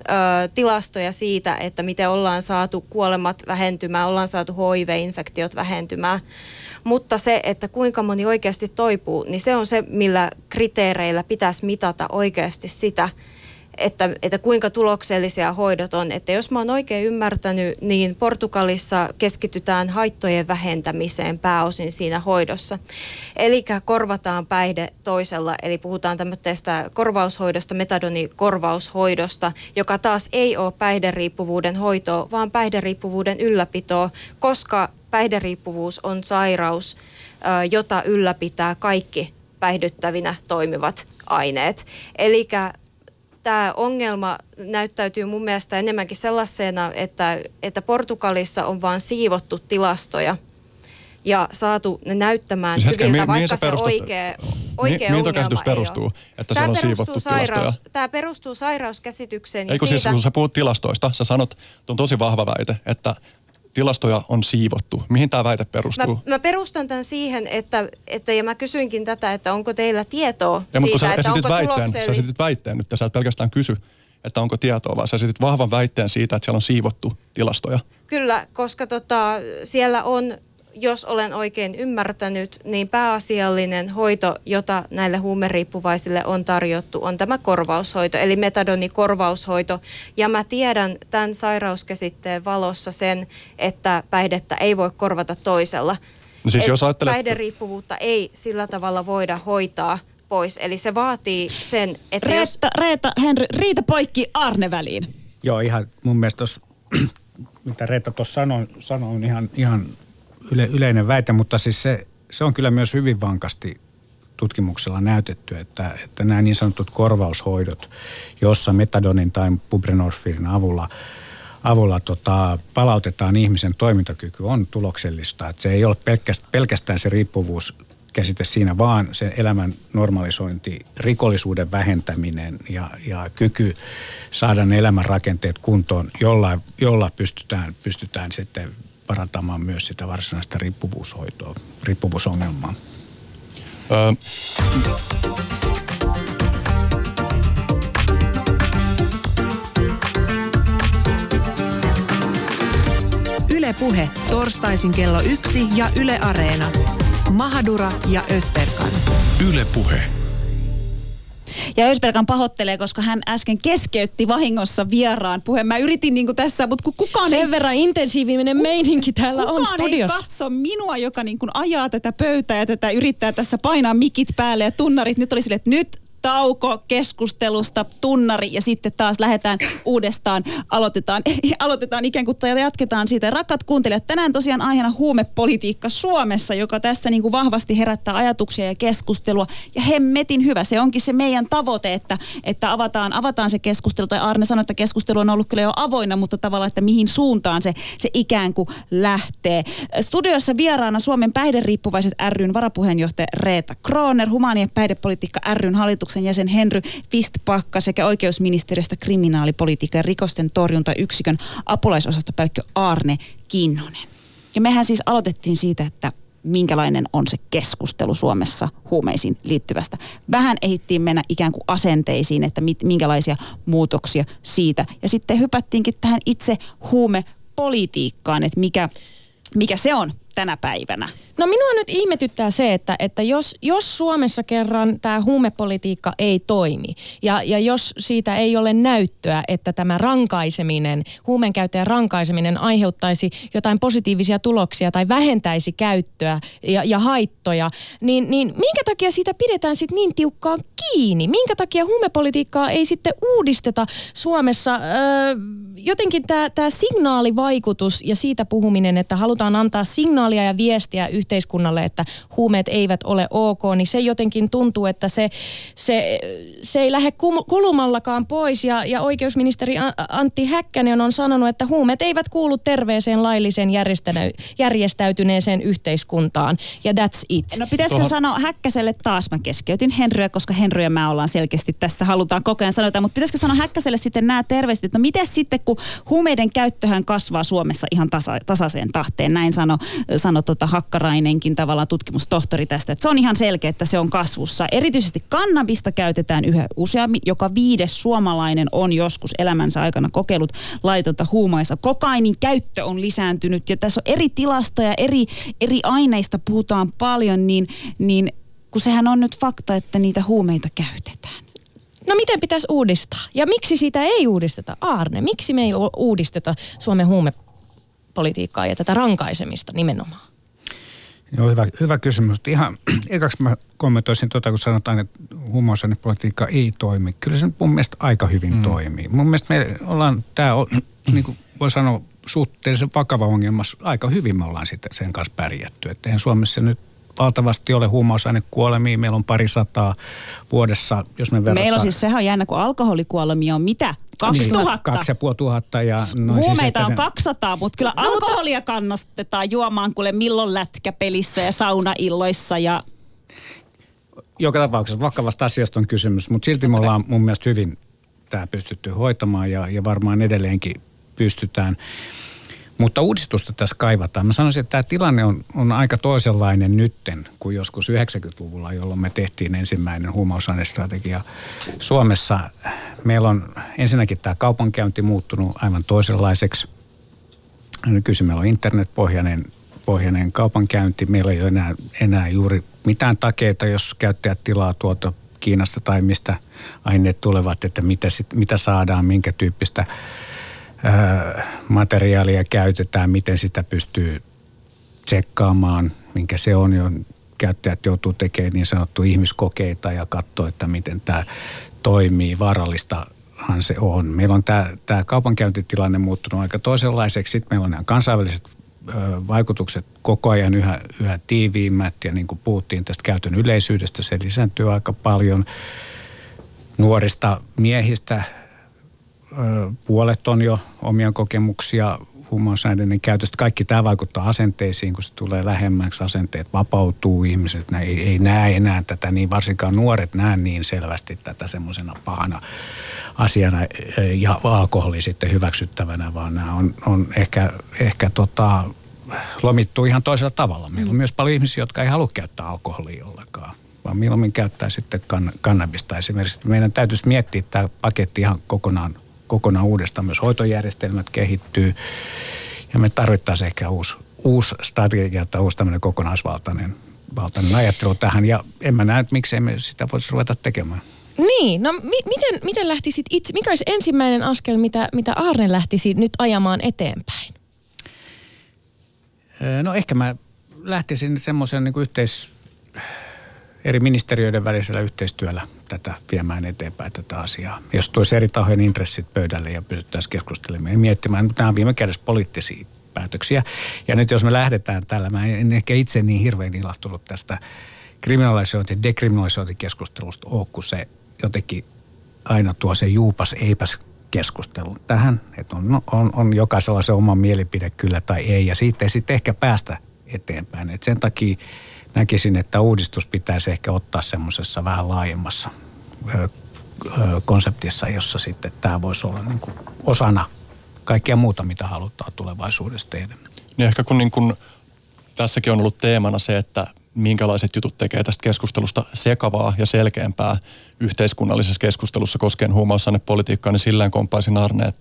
[SPEAKER 6] tilastoja siitä, että miten ollaan saatu kuolemat vähentymään, ollaan saatu HIV-infektiot vähentymään. Mutta se, että kuinka moni oikeasti toipuu, niin se on se, millä kriteereillä pitäisi mitata oikeasti sitä, että kuinka tuloksellisia hoidot on. Että jos mä oon oikein ymmärtänyt, niin Portugalissa keskitytään haittojen vähentämiseen pääosin siinä hoidossa. Eli korvataan päihde toisella, eli puhutaan tämmöistä korvaushoidosta, metadonikorvaushoidosta, joka taas ei ole päihderiippuvuuden hoitoa, vaan päihderiippuvuuden ylläpitoa, koska päihderiippuvuus on sairaus, jota ylläpitää kaikki päihdyttävinä toimivat aineet. Eli tämä ongelma näyttäytyy mun mielestä enemmänkin sellaisena, että Portugalissa on vaan siivottu tilastoja ja saatu ne näyttämään hyviltä, vaikka se oikea ongelma
[SPEAKER 3] käsitys perustuu, että siellä on siivottu tilastoja?
[SPEAKER 6] Tämä perustuu sairauskäsitykseen.
[SPEAKER 3] Eikö siis, kun sä puhut tilastoista, sä sanot, että on tosi vahva väite, että tilastoja on siivottu. Mihin tämä väite perustuu?
[SPEAKER 6] Mä perustan tämän siihen, että ja mä kysyinkin tätä, että onko teillä tietoa
[SPEAKER 3] ja,
[SPEAKER 6] siitä, että onko tuloksellista.
[SPEAKER 3] Sä esitit väitteen nyt, sä et pelkästään kysy, että onko tietoa, vaan sä esitit vahvan väitteen siitä, että siellä on siivottu tilastoja.
[SPEAKER 6] Kyllä, koska siellä on, jos olen oikein ymmärtänyt, niin pääasiallinen hoito, jota näille huumeriippuvaisille on tarjottu, on tämä korvaushoito, eli metadonikorvaushoito. Ja mä tiedän tämän sairauskäsitteen valossa sen, että päihdettä ei voi korvata toisella.
[SPEAKER 3] No siis jos ajattelet...
[SPEAKER 6] Päihderiippuvuutta ei sillä tavalla voida hoitaa pois, eli se vaatii sen, että
[SPEAKER 4] Riita poikki Arne väliin.
[SPEAKER 1] Joo, ihan mun mielestä tuossa, mitä Reetta tuossa sanoi on ihan yleinen väite, mutta siis se on kyllä myös hyvin vankasti tutkimuksella näytetty, että nämä niin sanotut korvaushoidot, jossa metadonin tai buprenorfiinin avulla palautetaan ihmisen toimintakyky, on tuloksellista. Että se ei ole pelkästään se riippuvuuskäsite siinä, vaan se elämän normalisointi, rikollisuuden vähentäminen ja kyky saada ne elämän rakenteet kuntoon, jolla pystytään sitten parantamaan myös sitä varsinaista riippuvuushoitoa, riippuvuusongelmaa.
[SPEAKER 2] Yle Puhe, torstaisin kello 1 ja Yle Areena. Mahadura ja Ösberkan.
[SPEAKER 7] Yle Puhe.
[SPEAKER 4] Ja Ösberkan pahoittelee, koska hän äsken keskeytti vahingossa vieraan puheen. Mä yritin niin kuin tässä, mutta kukaan
[SPEAKER 5] sen verran intensiivinen meininki täällä on studiossa.
[SPEAKER 4] Kukaan ei katso minua, joka niin kuin ajaa tätä pöytää ja tätä yrittää tässä painaa mikit päälle ja tunnarit. Nyt oli silleen, että nyt tauko keskustelusta, tunnari ja sitten taas lähdetään uudestaan, aloitetaan ikään kuin tai jatketaan siitä. Rakkaat kuuntelijat, tänään tosiaan aiheena huumepolitiikka Suomessa, joka tässä niin kuin vahvasti herättää ajatuksia ja keskustelua. Ja hemmetin hyvä, se onkin se meidän tavoite, että avataan se keskustelu. Tai Aarne sanoi, että keskustelu on ollut kyllä jo avoinna, mutta tavallaan, että mihin suuntaan se ikään kuin lähtee. Studiossa vieraana Suomen päihderiippuvaiset ry:n varapuheenjohtaja Reetta Kroner, Humaani- ja päihdepolitiikka ry:n hallituksen jäsen Henry Vistbacka sekä oikeusministeriöstä kriminaalipolitiikka ja rikosten torjuntayksikön apulaisosastopäällikkö Aarne Kinnunen. Ja mehän siis aloitettiin siitä, että minkälainen on se keskustelu Suomessa huumeisiin liittyvästä. Vähän ehdittiin mennä ikään kuin asenteisiin, että minkälaisia muutoksia siitä. Ja sitten hypättiinkin tähän itse huumepolitiikkaan, että mikä se on tänä päivänä.
[SPEAKER 5] No minua nyt ihmetyttää se, että jos Suomessa kerran tämä huumepolitiikka ei toimi ja jos siitä ei ole näyttöä, että tämä rankaiseminen, huumeenkäyttäjän rankaiseminen aiheuttaisi jotain positiivisia tuloksia tai vähentäisi käyttöä ja haittoja, niin minkä takia siitä pidetään sitten niin tiukkaan kiinni? Minkä takia huumepolitiikkaa ei sitten uudisteta Suomessa? Jotenkin tämä signaalivaikutus ja siitä puhuminen, että halutaan antaa signaalia ja viestiä yhteiskunnalle, että huumeet eivät ole ok, niin se jotenkin tuntuu, että se ei lähde kulumallakaan pois. Ja oikeusministeri Antti Häkkänen on sanonut, että huumeet eivät kuulu terveeseen, lailliseen, järjestäytyneeseen yhteiskuntaan. Ja that's it.
[SPEAKER 4] No pitäisikö sanoa Häkkäselle taas, mä keskeytin Henryä, koska Henry ja mä ollaan selkeästi tässä, halutaan koko ajan sanoa, mutta pitäisikö sanoa Häkkäselle sitten nämä terveiset, että no miten sitten, kun huumeiden käyttöhän kasvaa Suomessa ihan tasaiseen tahteen, näin sano Hakkarainenkin tavallaan tutkimustohtori tästä, että se on ihan selkeä, että se on kasvussa. Erityisesti kannabista käytetään yhä useammin. Joka 5. suomalainen on joskus elämänsä aikana kokeillut laitonta huumaisa. Kokainin käyttö on lisääntynyt ja tässä on eri tilastoja, eri aineista puhutaan paljon, niin kun sehän on nyt fakta, että niitä huumeita käytetään.
[SPEAKER 5] No miten pitäisi uudistaa? Ja miksi siitä ei uudisteta? Aarne, miksi me ei uudisteta Suomen huumepolitiikkaa ja tätä rankaisemista nimenomaan?
[SPEAKER 1] Joo, hyvä kysymys. Ihan ekaksi mä kommentoisin kun sanotaan, että huumausainepolitiikka ei toimi. Kyllä se mun mielestä aika hyvin toimii. Mun mielestä me ollaan, niin kuin voi sanoa, suhteellisen vakava ongelma. Aika hyvin me ollaan sitten sen kanssa pärjätty. Että eihän Suomessa nyt valtavasti ole huumausainekuolemia. Meillä on 200 vuodessa, jos me verrataan.
[SPEAKER 4] Meillä on siis, sehän on jännä, kun alkoholikuolemia on mitä? 2000.
[SPEAKER 1] 2500 ja
[SPEAKER 4] huumeita on 200, mutta kyllä alkoholia kannastetaan juomaan kuule milloin lätkäpelissä ja saunailloissa ja...
[SPEAKER 1] Joka tapauksessa vakavasta asiasta on kysymys, mutta silti me ollaan mun mielestä hyvin tämä pystytty hoitamaan ja varmaan edelleenkin pystytään. Mutta uudistusta tässä kaivataan. Mä sanoisin, että tämä tilanne on aika toisenlainen nytten kuin joskus 90-luvulla, jolloin me tehtiin ensimmäinen huumausainestrategia Suomessa. Meillä on ensinnäkin tämä kaupankäynti muuttunut aivan toisenlaiseksi. Nykyisin meillä on internetpohjainen kaupankäynti. Meillä ei ole enää juuri mitään takeita, jos käyttäjät tilaa tuolta Kiinasta tai mistä aineet tulevat, että mitä saadaan, minkä tyyppistä materiaalia käytetään, miten sitä pystyy tsekkaamaan, minkä se on jo. Käyttäjät joutuu tekemään niin sanottu ihmiskokeita ja katsoa, että miten tämä toimii. Vaarallistahan se on. Meillä on tämä kaupankäyntitilanne muuttunut aika toisenlaiseksi. Sitten meillä on nämä kansainväliset vaikutukset koko ajan yhä tiiviimmät ja niin kuin puhuttiin tästä käytön yleisyydestä, se lisääntyy aika paljon. Nuorista miehistä puolet on jo omia kokemuksia huumausaineiden käytöstä. Kaikki tämä vaikuttaa asenteisiin, kun se tulee lähemmäksi, asenteet vapautuu, ihmiset ei näe enää tätä, niin varsinkaan nuoret näe niin selvästi tätä semmoisena pahana asiana ja alkoholi sitten hyväksyttävänä, vaan nämä on ehkä lomittuu ihan toisella tavalla. Meillä on myös paljon ihmisiä, jotka ei halua käyttää alkoholia ollenkaan, vaan mieluummin käyttää sitten kannabista esimerkiksi. Meidän täytyisi miettiä tämä paketti ihan kokonaan uudestaan. Myös hoitojärjestelmät kehittyy ja me tarvittaisiin ehkä uusi strategia tai uusi tämmöinen kokonaisvaltainen ajattelu tähän. Ja en mä näe, että miksei me sitä voisi ruveta tekemään.
[SPEAKER 5] Niin, no miten lähtisit itse, mikä olisi ensimmäinen askel, mitä Aarne lähtisi nyt ajamaan eteenpäin? No ehkä mä lähtisin semmoisen niin kuin
[SPEAKER 1] eri ministeriöiden välisellä yhteistyöllä tätä viemään eteenpäin tätä asiaa. Jos tulisi eri tahojen intressit pöydälle ja pystyttäisiin keskustelemaan ja miettimään, mutta nämä on viime kädessä poliittisia päätöksiä. Ja nyt jos me lähdetään tällä, mä en ehkä itse niin hirveän ilahtunut tästä kriminalisointi- ja dekriminalisointikeskustelusta ole, kun se jotenkin aina tuo se juupas eipäs keskustelun tähän, että on jokaisella se oma mielipide kyllä tai ei, ja siitä ei sitten ehkä päästä eteenpäin. Et sen takia näkisin, että uudistus pitäisi ehkä ottaa semmoisessa vähän laajemmassa konseptissa, jossa sitten tämä voisi olla niin kuin osana kaikkea muuta, mitä halutaan tulevaisuudessa tehdä.
[SPEAKER 3] Niin ehkä kun, niin kun tässäkin on ollut teemana se, että minkälaiset jutut tekee tästä keskustelusta sekavaa ja selkeämpää yhteiskunnallisessa keskustelussa koskien huumausainepolitiikkaa, niin silleen kompaisin Arne,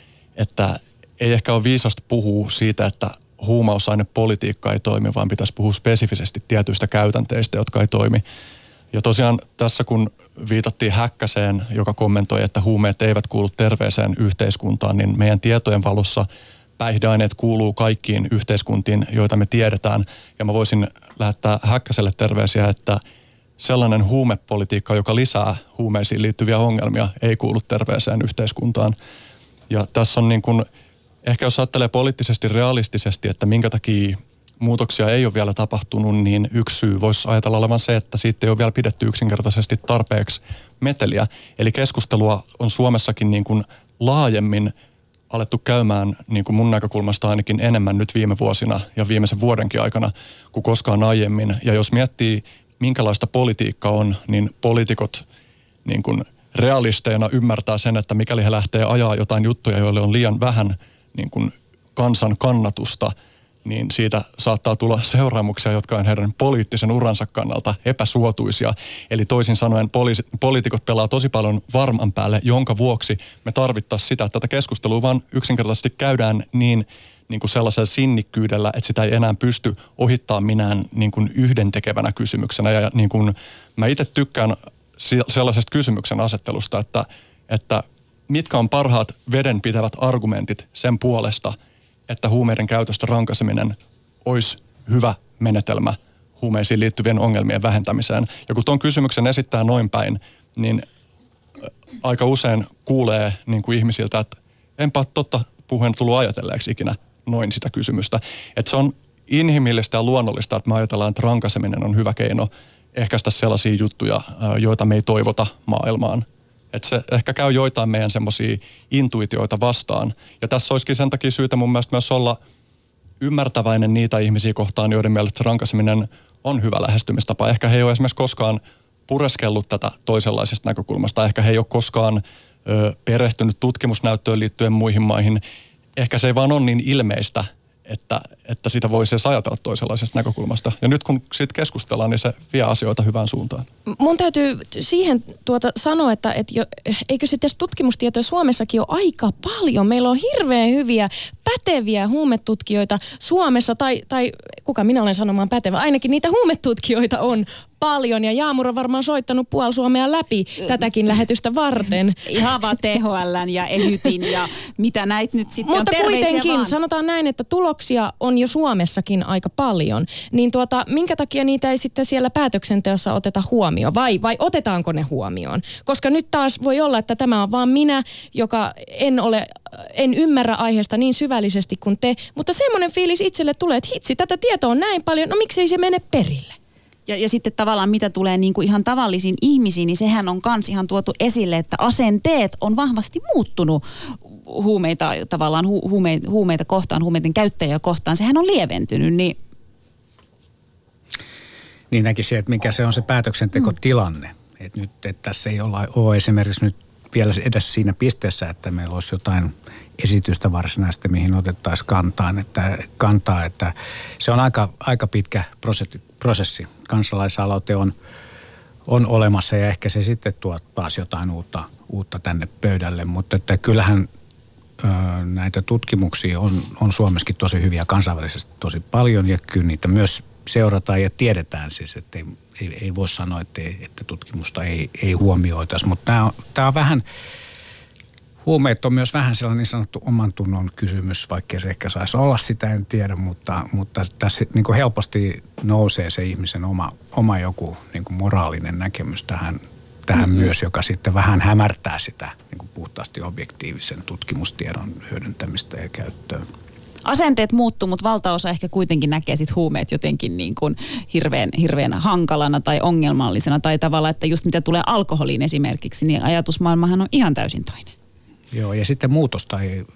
[SPEAKER 3] että ei ehkä ole viisasta puhua siitä, että huumausainepolitiikka ei toimi, vaan pitäisi puhua spesifisesti tietyistä käytänteistä, jotka ei toimi. Ja tosiaan tässä kun viitattiin Häkkäseen, joka kommentoi, että huumeet eivät kuulu terveeseen yhteiskuntaan, niin meidän tietojen valossa päihdeaineet kuuluu kaikkiin yhteiskuntiin, joita me tiedetään. Ja mä voisin lähettää Häkkäselle terveisiä, että sellainen huumepolitiikka, joka lisää huumeisiin liittyviä ongelmia, ei kuulu terveeseen yhteiskuntaan. Ja tässä on niin kuin, ehkä jos ajattelee poliittisesti realistisesti, että minkä takia muutoksia ei ole vielä tapahtunut, niin yksi syy voisi ajatella olevan se, että siitä ei ole vielä pidetty yksinkertaisesti tarpeeksi meteliä. Eli keskustelua on Suomessakin niin kuin laajemmin alettu käymään niin kuin mun näkökulmasta ainakin enemmän nyt viime vuosina ja viimeisen vuodenkin aikana kuin koskaan aiemmin. Ja jos miettii, minkälaista politiikka on, niin poliitikot niin kuin realisteina ymmärtää sen, että mikäli he lähtee ajaa jotain juttuja, joille on liian vähän niin kuin kansan kannatusta, niin siitä saattaa tulla seuraamuksia, jotka on heidän poliittisen uransa kannalta epäsuotuisia. Eli toisin sanoen poliitikot pelaa tosi paljon varman päälle, jonka vuoksi me tarvittaisiin sitä, että tätä keskustelua vaan yksinkertaisesti käydään niin kuin sellaisella sinnikkyydellä, että sitä ei enää pysty ohittamaan minään niin kuin yhdentekevänä kysymyksenä. Ja niin kuin mä itse tykkään sellaisesta kysymyksen asettelusta, että mitkä on parhaat vedenpitävät argumentit sen puolesta, että huumeiden käytöstä rankaiseminen olisi hyvä menetelmä huumeisiin liittyvien ongelmien vähentämiseen. Ja kun tuon kysymyksen esittää noin päin, niin aika usein kuulee niin kuin ihmisiltä, että enpä totta puheen tullut ajatelleeksi ikinä noin sitä kysymystä. Että se on inhimillistä ja luonnollista, että me ajatellaan, että rankaiseminen on hyvä keino ehkäistä sellaisia juttuja, joita me ei toivota maailmaan. Että se ehkä käy joitain meidän semmoisia intuitioita vastaan. Ja tässä olisikin sen takia syytä mun mielestä myös olla ymmärtäväinen niitä ihmisiä kohtaan, joiden mielestä rankaiseminen on hyvä lähestymistapa. Ehkä he ei ole esimerkiksi koskaan pureskellut tätä toisenlaisesta näkökulmasta. Ehkä he ei ole koskaan perehtynyt tutkimusnäyttöön liittyen muihin maihin. Ehkä se ei vaan ole niin ilmeistä, että sitä voisi edes ajatella toisenlaisesta näkökulmasta. Ja nyt kun siitä keskustellaan, niin se vie asioita hyvään suuntaan.
[SPEAKER 5] Mun täytyy siihen sanoa, että eikö se tässä tutkimustietoja Suomessakin ole aika paljon. Meillä on hirveän hyviä, päteviä huumetutkijoita Suomessa, tai kuka minä olen sanomaan pätevä, ainakin niitä huumetutkijoita on paljon, ja Jaamur on varmaan soittanut puoli Suomea läpi tätäkin lähetystä varten.
[SPEAKER 4] Ihan vaan THL:n ja EHYTin ja mitä näitä nyt sitten
[SPEAKER 5] mutta
[SPEAKER 4] on, terveisiä
[SPEAKER 5] kuitenkin,
[SPEAKER 4] vaan.
[SPEAKER 5] sanotaan näin, että tuloksia on jo Suomessakin aika paljon, niin minkä takia niitä ei sitten siellä päätöksenteossa oteta huomioon, vai otetaanko ne huomioon? Koska nyt taas voi olla, että tämä on vaan minä, joka en ymmärrä aiheesta niin syvällisesti kuin te, mutta semmoinen fiilis itselle tulee, että hitsi, tätä tietoa on näin paljon, no miksei se mene perille?
[SPEAKER 4] Ja sitten tavallaan mitä tulee niin kuin ihan tavallisiin ihmisiin, niin sehän on kans ihan tuotu esille, että asenteet on vahvasti muuttunut huumeita tavallaan huumeita kohtaan, huumeiden käyttäjiä kohtaan. Sehän on lieventynyt, niin
[SPEAKER 1] näkisin, että mikä se on se päätöksentekotilanne. Että nyt että tässä ei ole esimerkiksi nyt vielä edes siinä pisteessä, että meillä olisi jotain esitystä varsinaisesti, mihin otettaisiin kantaa, että se on aika pitkä prosessi. Kansalaisaloite on olemassa ja ehkä se sitten tuo taas jotain uutta tänne pöydälle, mutta että kyllähän näitä tutkimuksia on Suomessakin tosi hyviä, kansainvälisesti tosi paljon ja kyllä niitä myös seurataan ja tiedetään siis, että ei voi sanoa, että tutkimusta ei huomioitaisi, mutta tämä on vähän Huumeet on myös vähän sellainen niin sanottu oman tunnon kysymys, vaikka se ehkä saisi olla sitä, en tiedä, mutta tässä niin kuin helposti nousee se ihmisen oma joku niin kuin moraalinen näkemys tähän myös, joka sitten vähän hämärtää sitä niin kuin puhtaasti objektiivisen tutkimustiedon hyödyntämistä ja käyttöön.
[SPEAKER 4] Asenteet muuttuu, mutta valtaosa ehkä kuitenkin näkee sit huumeet jotenkin niin kuin hirveän hankalana tai ongelmallisena. Tai tavallaan, että just mitä tulee alkoholiin esimerkiksi, niin ajatusmaailmahan on ihan täysin toinen.
[SPEAKER 1] Joo, ja sitten muutosta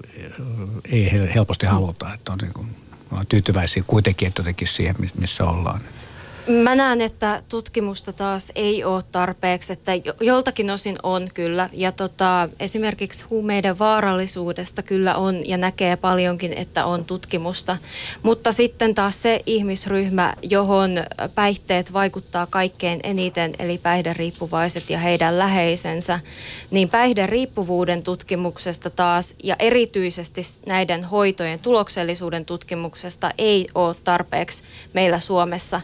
[SPEAKER 1] ei helposti haluta, että on niin kuin, ollaan tyytyväisiä kuitenkin, että jotenkin siihen, missä ollaan.
[SPEAKER 6] Mä näen, että tutkimusta taas ei ole tarpeeksi, että joltakin osin on kyllä. Ja esimerkiksi huumeiden vaarallisuudesta kyllä on ja näkee paljonkin, että on tutkimusta. Mutta sitten taas se ihmisryhmä, johon päihteet vaikuttaa kaikkein eniten, eli päihderiippuvaiset ja heidän läheisensä, niin päihderiippuvuuden tutkimuksesta taas ja erityisesti näiden hoitojen tuloksellisuuden tutkimuksesta ei ole tarpeeksi meillä Suomessa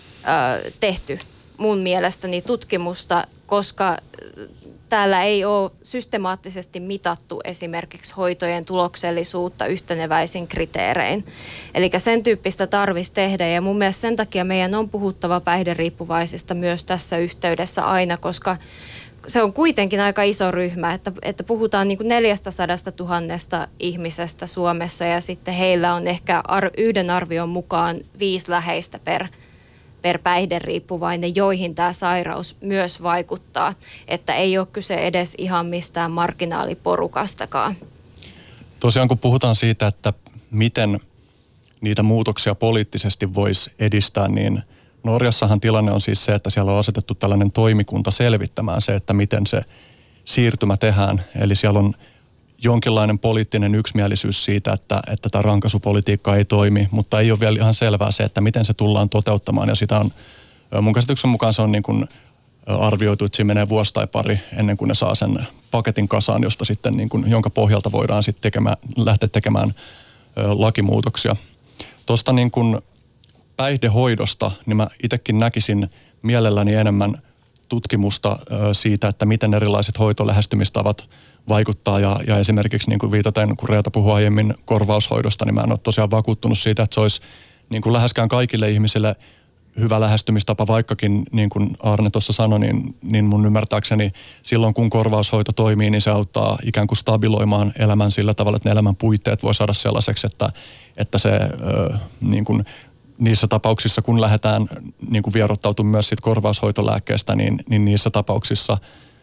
[SPEAKER 6] tehty mun mielestäni tutkimusta, koska täällä ei ole systemaattisesti mitattu esimerkiksi hoitojen tuloksellisuutta yhteneväisin kriteerein. Eli sen tyyppistä tarvitsisi tehdä ja mun mielestä sen takia meidän on puhuttava päihderiippuvaisista myös tässä yhteydessä aina, koska se on kuitenkin aika iso ryhmä, että puhutaan niin kuin 400 000 ihmisestä Suomessa ja sitten heillä on ehkä yhden arvion mukaan 5 läheistä per päihderiippuvainen, joihin tämä sairaus myös vaikuttaa. Että ei ole kyse edes ihan mistään marginaaliporukastakaan.
[SPEAKER 3] Tosiaan kun puhutaan siitä, että miten niitä muutoksia poliittisesti voisi edistää, niin Norjassahan tilanne on siis se, että siellä on asetettu tällainen toimikunta selvittämään se, että miten se siirtymä tehdään. Eli siellä on jonkinlainen poliittinen yksimielisyys siitä, että tämä rankaisupolitiikka ei toimi, mutta ei ole vielä ihan selvää se, että miten se tullaan toteuttamaan. Ja sitä on, mun käsityksen mukaan se on niin kuin arvioitu, että siinä menee vuosi tai pari ennen kuin ne saa sen paketin kasaan, josta sitten niin kuin, jonka pohjalta voidaan sitten lähteä tekemään lakimuutoksia. Tuosta niin kuin päihdehoidosta, niin mä itsekin näkisin mielelläni enemmän tutkimusta siitä, että miten erilaiset hoitolähestymistavat vaikuttaa ja esimerkiksi niin kuin viitaten, kun Reeta puhui aiemmin korvaushoidosta, niin mä en ole tosiaan vakuuttunut siitä, että se olisi niin kuin läheskään kaikille ihmisille hyvä lähestymistapa, vaikkakin niin kuin Aarne tuossa sanoi, niin mun ymmärtääkseni silloin kun korvaushoito toimii, niin se auttaa ikään kuin stabiloimaan elämän sillä tavalla, että ne elämän puitteet voi saada sellaiseksi, että se niin kuin niissä tapauksissa, kun lähdetään niin kuin vierottautumaan myös siitä korvaushoitolääkkeestä, niin niissä tapauksissa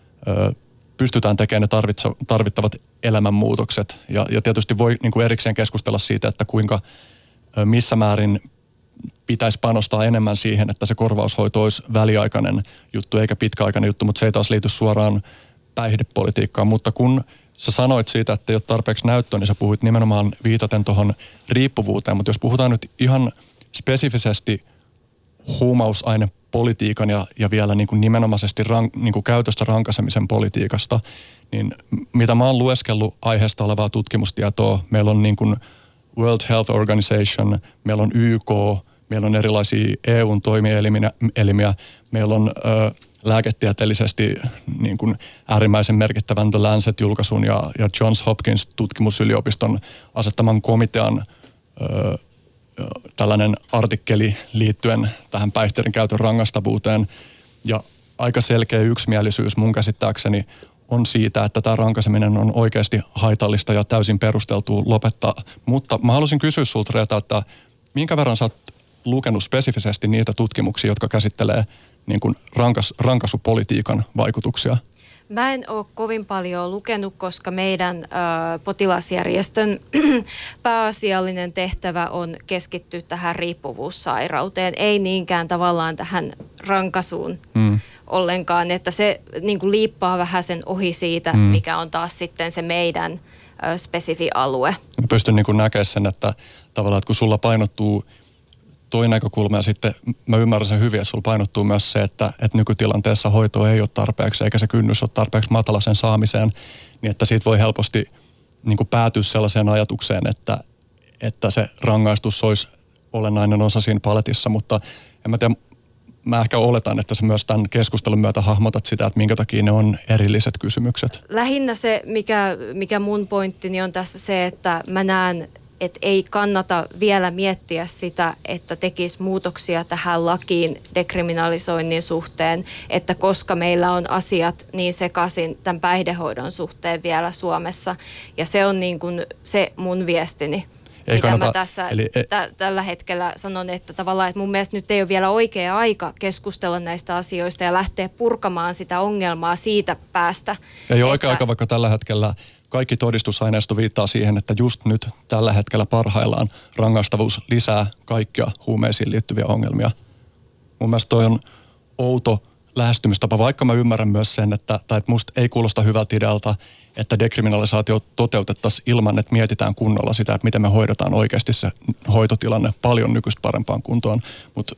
[SPEAKER 3] pystytään tekemään ne tarvittavat elämänmuutokset. Ja tietysti voi niin kuin erikseen keskustella siitä, että kuinka missä määrin pitäisi panostaa enemmän siihen, että se korvaushoito olisi väliaikainen juttu eikä pitkäaikainen juttu, mutta se ei taas liity suoraan päihdepolitiikkaan. Mutta kun sä sanoit siitä, että ei ole tarpeeksi näyttöä, niin sä puhuit nimenomaan viitaten tuohon riippuvuuteen. Mutta jos puhutaan nyt ihan spesifisesti huumausainepolitiikan ja vielä niin kuin nimenomaisesti niin kuin käytöstä rankaisemisen politiikasta, niin mitä mä oon lueskellut aiheesta olevaa tutkimustietoa, meillä on niin kuin World Health Organization, meillä on YK, meillä on erilaisia EUn toimielimiä, meillä on lääketieteellisesti niin kuin äärimmäisen merkittävän The Lancet-julkaisun ja Johns Hopkins tutkimusyliopiston asettaman komitean tällainen artikkeli liittyen tähän päihteiden käytön rangaistavuuteen. Ja aika selkeä yksimielisyys mun käsittääkseni on siitä, että tämä rankaiseminen on oikeasti haitallista ja täysin perusteltua lopettaa. Mutta mä haluaisin kysyä sulta, Reeta, että minkä verran sä oot lukenut spesifisesti niitä tutkimuksia, jotka käsittelee niin kuin rankaisupolitiikan vaikutuksia?
[SPEAKER 6] Mä en ole kovin paljon lukenut, koska meidän potilasjärjestön pääasiallinen tehtävä on keskittyä tähän riippuvuussairauteen, ei niinkään tavallaan tähän rankaisuun ollenkaan, että se niin kuin liippaa vähän sen ohi siitä, mikä on taas sitten se meidän spesifi alue.
[SPEAKER 3] Mä pystyn niin kuin näkemään sen, että tavallaan, että kun sulla painottuu toi näkökulma ja sitten mä ymmärrän sen hyvin, että sulla painottuu myös se, että nykytilanteessa hoitoa ei ole tarpeeksi eikä se kynnys ole tarpeeksi matala sen saamiseen, niin että siitä voi helposti niin kuin päätyä sellaiseen ajatukseen, että se rangaistus olisi olennainen osa siinä paletissa, mutta en mä tiedä, mä ehkä oletan, että sä myös tämän keskustelun myötä hahmotat sitä, että minkä takia ne on erilliset kysymykset.
[SPEAKER 6] Lähinnä se, mikä mun pointtini on tässä se, että mä näen, että ei kannata vielä miettiä sitä, että tekisi muutoksia tähän lakiin dekriminalisoinnin suhteen, että koska meillä on asiat niin sekaisin tämän päihdehoidon suhteen vielä Suomessa. Ja se on niin kuin se mun viestini. Mitä mä tässä tällä hetkellä sanon, että tavallaan, että mun mielestä nyt ei ole vielä oikea aika keskustella näistä asioista ja lähteä purkamaan sitä ongelmaa siitä päästä.
[SPEAKER 3] Ei ole oikea aika, vaikka tällä hetkellä kaikki todistusaineisto viittaa siihen, että just nyt tällä hetkellä parhaillaan rangaistavuus lisää kaikkia huumeisiin liittyviä ongelmia. Mun mielestä toi on outo lähestymistapa, vaikka mä ymmärrän myös sen, että musta ei kuulosta hyvältä idealta, että dekriminalisaatio toteutettaisiin ilman, että mietitään kunnolla sitä, että miten me hoidetaan oikeasti se hoitotilanne paljon nykyistä parempaan kuntoon. Mutta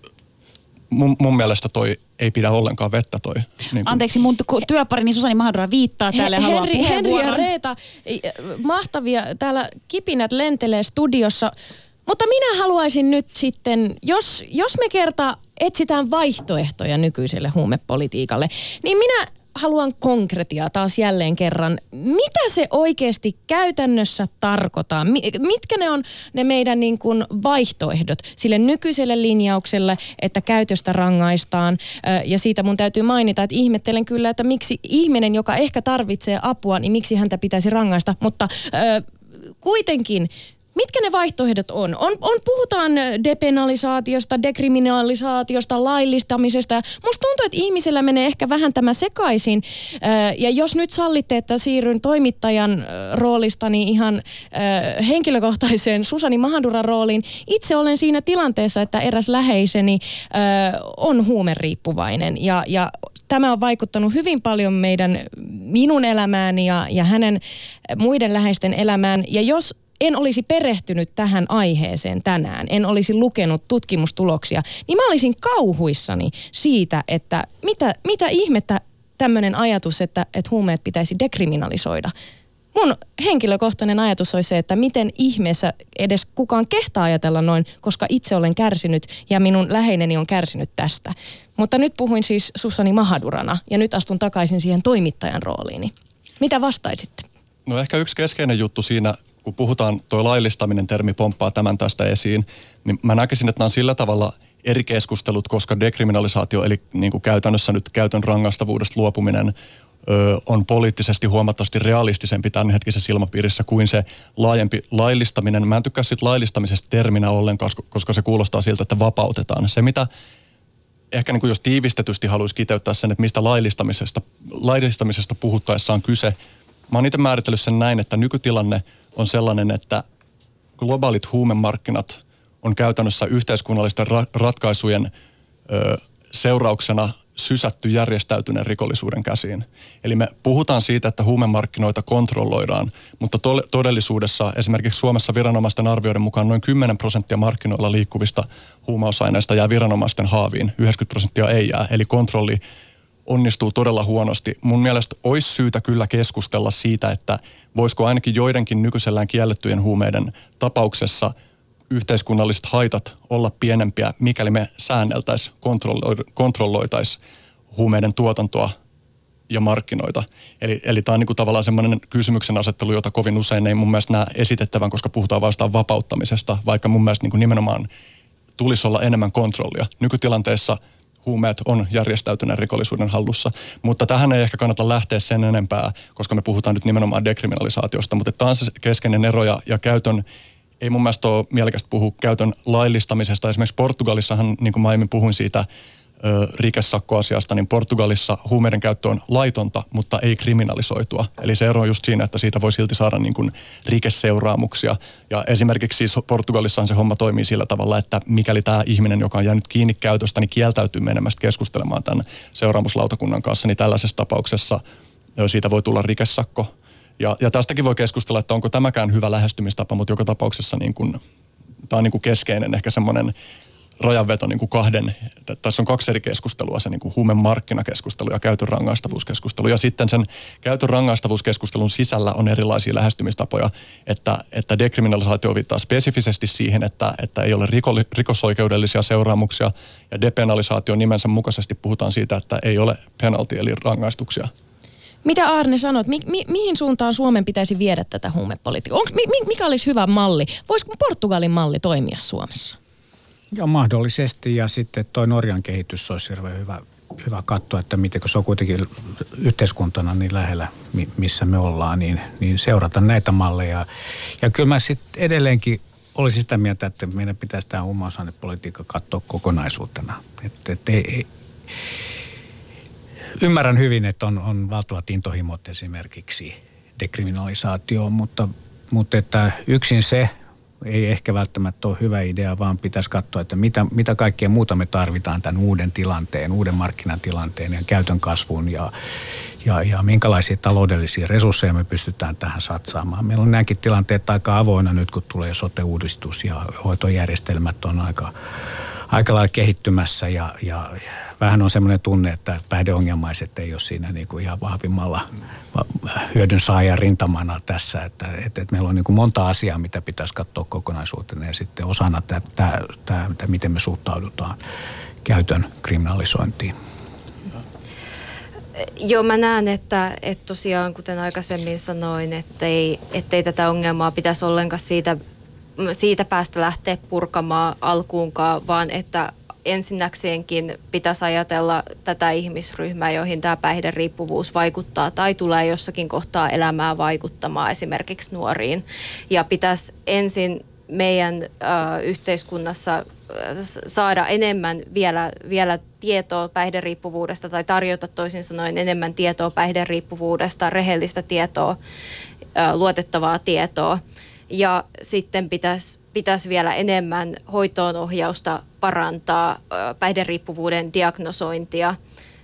[SPEAKER 3] mun mielestä toi ei pidä ollenkaan vettä toi. Niin
[SPEAKER 4] anteeksi, mun työparini Susani Mahadura viittaa täällä ja haluaa
[SPEAKER 5] Henri ja Reeta, mahtavia. Täällä kipinät lentelee studiossa. Mutta minä haluaisin nyt sitten, jos me kerta etsitään vaihtoehtoja nykyiselle huumepolitiikalle, niin minä haluan konkretiaa taas jälleen kerran. Mitä se oikeasti käytännössä tarkoittaa? Mitkä ne on ne meidän niin kuin vaihtoehdot sille nykyiselle linjaukselle, että käytöstä rangaistaan? Ja siitä mun täytyy mainita, että ihmettelen kyllä, että miksi ihminen, joka ehkä tarvitsee apua, niin miksi häntä pitäisi rangaista. Mutta kuitenkin, mitkä ne vaihtoehdot on? Puhutaan depenalisaatiosta, dekriminalisaatiosta, laillistamisesta. Musta tuntuu, että ihmisellä menee ehkä vähän tämä sekaisin. Ja jos nyt sallitte, että siirryn toimittajan roolistani ihan henkilökohtaiseen Susani Mahaduran rooliin. Itse olen siinä tilanteessa, että eräs läheiseni on huumeriippuvainen ja tämä on vaikuttanut hyvin paljon minun elämääni ja hänen muiden läheisten elämään. Ja jos en olisi perehtynyt tähän aiheeseen tänään, en olisi lukenut tutkimustuloksia, niin mä olisin kauhuissani siitä, että mitä ihmettä tämmöinen ajatus, että huumeet pitäisi dekriminalisoida. Mun henkilökohtainen ajatus olisi se, että miten ihmeessä edes kukaan kehtaa ajatella noin, koska itse olen kärsinyt ja minun läheineni on kärsinyt tästä. Mutta nyt puhuin siis Susani Mahadurana ja nyt astun takaisin siihen toimittajan rooliini. Mitä vastaisitte?
[SPEAKER 3] No ehkä yksi keskeinen juttu siinä, kun puhutaan, tuo laillistaminen termi pomppaa tämän tästä esiin, niin mä näkisin, että nämä on sillä tavalla eri keskustelut, koska dekriminalisaatio, eli niin kuin käytännössä nyt käytön rangaistavuudesta luopuminen, on poliittisesti huomattavasti realistisempi tämänhetkisessä ilmapiirissä kuin se laajempi laillistaminen. Mä en tykkää siitä laillistamisesta terminä ollenkaan, koska se kuulostaa siltä, että vapautetaan. Se, mitä ehkä niin kuin jos tiivistetysti haluaisi kiteyttää sen, että mistä laillistamisesta puhuttaessa on kyse. Mä oon itse määritellyt sen näin, että nykytilanne on sellainen, että globaalit huumemarkkinat on käytännössä yhteiskunnallisten ratkaisujen seurauksena sysätty järjestäytyneen rikollisuuden käsiin. Eli me puhutaan siitä, että huumemarkkinoita kontrolloidaan, mutta todellisuudessa esimerkiksi Suomessa viranomaisten arvioiden mukaan noin 10% markkinoilla liikkuvista huumausaineista jää viranomaisten haaviin, 90% ei jää, eli kontrolli onnistuu todella huonosti. Mun mielestä olisi syytä kyllä keskustella siitä, että voisiko ainakin joidenkin nykyisellään kiellettyjen huumeiden tapauksessa yhteiskunnalliset haitat olla pienempiä, mikäli me säänneltäisiin, kontrolloitaisiin huumeiden tuotantoa ja markkinoita. Eli tämä on niinku tavallaan semmoinen kysymyksen asettelu, jota kovin usein ei mun mielestä näe esitettävän, koska puhutaan vastaan vapauttamisesta, vaikka mun mielestä niinku nimenomaan tulisi olla enemmän kontrollia. Nykytilanteessa huumeet on järjestäytyneen rikollisuuden hallussa, mutta tähän ei ehkä kannata lähteä sen enempää, koska me puhutaan nyt nimenomaan dekriminalisaatiosta, mutta tämä on se keskeinen ero ja käytön, ei mun mielestä ole mielekästä puhua käytön laillistamisesta. Esimerkiksi Portugalissahan, niin kuin mä aiemmin puhuin siitä rikesakkoasiasta, niin Portugalissa huumeiden käyttö on laitonta, mutta ei kriminalisoitua. Eli se ero on just siinä, että siitä voi silti saada niin kuin rikeseuraamuksia. Ja esimerkiksi siis Portugalissaan se homma toimii sillä tavalla, että mikäli tämä ihminen, joka on jäänyt kiinni käytöstä, niin kieltäytyy menemästä keskustelemaan tämän seuraamuslautakunnan kanssa, niin tällaisessa tapauksessa siitä voi tulla rikesakko. Ja tästäkin voi keskustella, että onko tämäkään hyvä lähestymistapa, mutta joka tapauksessa niin kuin, tämä on niin kuin keskeinen ehkä semmoinen rajanveto niin kuin tässä on kaksi eri keskustelua, se niin kuin huumemarkkinakeskustelu ja käytön rangaistavuuskeskustelu. Ja sitten sen käytön rangaistavuuskeskustelun sisällä on erilaisia lähestymistapoja, että dekriminalisaatio viittaa spesifisesti siihen, että ei ole rikosoikeudellisia seuraamuksia, ja depenalisaatio nimensä mukaisesti puhutaan siitä, että ei ole penalty eli rangaistuksia.
[SPEAKER 5] Mitä Aarne sanot, mihin suuntaan Suomen pitäisi viedä tätä huumepolitiikkaa? Mikä olisi hyvä malli? Voisiko Portugalin malli toimia Suomessa?
[SPEAKER 1] Joo, mahdollisesti, ja sitten toi Norjan kehitys olisi hirveän hyvä katsoa, että miten, kun se on kuitenkin yhteiskuntana niin lähellä, missä me ollaan, niin seurata näitä malleja. Ja kyllä mä sitten edelleenkin olisin sitä mieltä, että meidän pitäisi tämä huumausainepolitiikka katsoa kokonaisuutena. Ymmärrän hyvin, että on valtavat intohimot esimerkiksi dekriminalisaatioon, mutta että yksin se ei ehkä välttämättä ole hyvä idea, vaan pitäisi katsoa, että mitä kaikkea muuta me tarvitaan tämän uuden tilanteen, uuden markkinatilanteen ja käytön kasvun ja minkälaisia taloudellisia resursseja me pystytään tähän satsaamaan. Meillä on nämäkin tilanteet aika avoinna nyt, kun tulee sote-uudistus ja hoitojärjestelmät on aika lailla kehittymässä ja vähän on semmoinen tunne, että päihdeongelmaiset ei ole siinä niin kuin ihan vahvimmalla hyödyn saajan rintamana tässä, että meillä on niin kuin monta asiaa, mitä pitäisi katsoa kokonaisuutena ja sitten osana tämä miten me suhtaudutaan käytön kriminalisointiin.
[SPEAKER 6] Joo, mä näen, että tosiaan, kuten aikaisemmin sanoin, ettei tätä ongelmaa pitäisi ollenkaan siitä päästä lähteä purkamaan alkuunkaan, vaan että ensinnäkseenkin pitäisi ajatella tätä ihmisryhmää, joihin tämä päihderiippuvuus vaikuttaa tai tulee jossakin kohtaa elämää vaikuttamaan, esimerkiksi nuoriin. Ja pitäisi ensin meidän yhteiskunnassa saada enemmän vielä tietoa päihderiippuvuudesta tai tarjota toisin sanoen enemmän tietoa päihderiippuvuudesta, rehellistä tietoa, luotettavaa tietoa. Ja sitten pitäisi vielä enemmän hoitoonohjausta parantaa, päihderiippuvuuden diagnosointia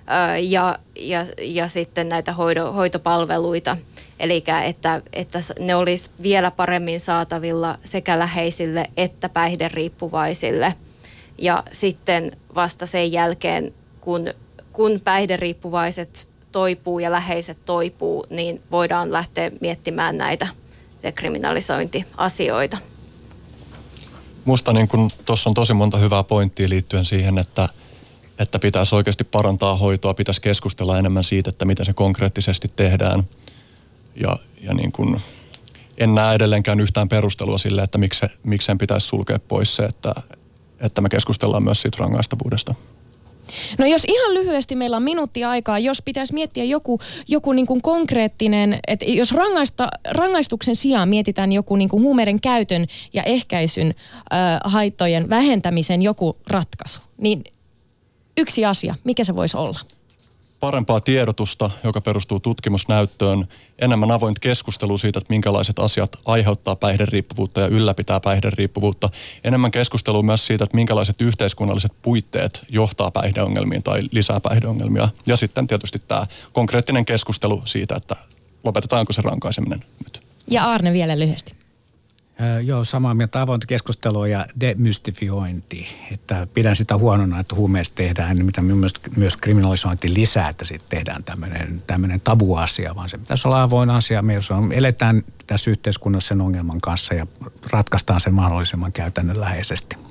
[SPEAKER 6] ja sitten näitä hoitopalveluita. Eli että ne olisi vielä paremmin saatavilla sekä läheisille että päihderiippuvaisille. Ja sitten vasta sen jälkeen, kun päihderiippuvaiset toipuu ja läheiset toipuu, niin voidaan lähteä miettimään näitä dekriminalisointiasioita.
[SPEAKER 3] Musta niin kun tuossa on tosi monta hyvää pointtia liittyen siihen, että pitäisi oikeasti parantaa hoitoa, pitäisi keskustella enemmän siitä, että miten se konkreettisesti tehdään. Ja niin kun en näe edelleenkään yhtään perustelua sille, että miksi sen pitäisi sulkea pois se, että me keskustellaan myös siitä rangaistavuudesta.
[SPEAKER 5] No jos ihan lyhyesti meillä on minuutti aikaa, jos pitäisi miettiä joku niin kuin konkreettinen, että jos rangaistuksen sijaan mietitään joku niin kuin huumeiden käytön ja ehkäisyn haittojen vähentämisen joku ratkaisu, niin yksi asia, mikä se voisi olla?
[SPEAKER 3] Parempaa tiedotusta, joka perustuu tutkimusnäyttöön, enemmän avointa keskustelua siitä, että minkälaiset asiat aiheuttaa päihderiippuvuutta ja ylläpitää päihderiippuvuutta. Enemmän keskustelua myös siitä, että minkälaiset yhteiskunnalliset puitteet johtaa päihdeongelmiin tai lisää päihdeongelmia. Ja sitten tietysti tämä konkreettinen keskustelu siitä, että lopetetaanko se rankaiseminen nyt.
[SPEAKER 5] Ja Aarne vielä lyhyesti.
[SPEAKER 1] Joo, samaa mieltä avointa keskustelua ja demystifiointi. Että pidän sitä huonona, että huumeista tehdään, mitä myös kriminalisointi lisää, että siitä tehdään tämmöinen tabuasia, vaan se pitäisi olla avoin asia. Me eletään tässä yhteiskunnassa sen ongelman kanssa ja ratkaistaan sen mahdollisimman käytännönläheisesti.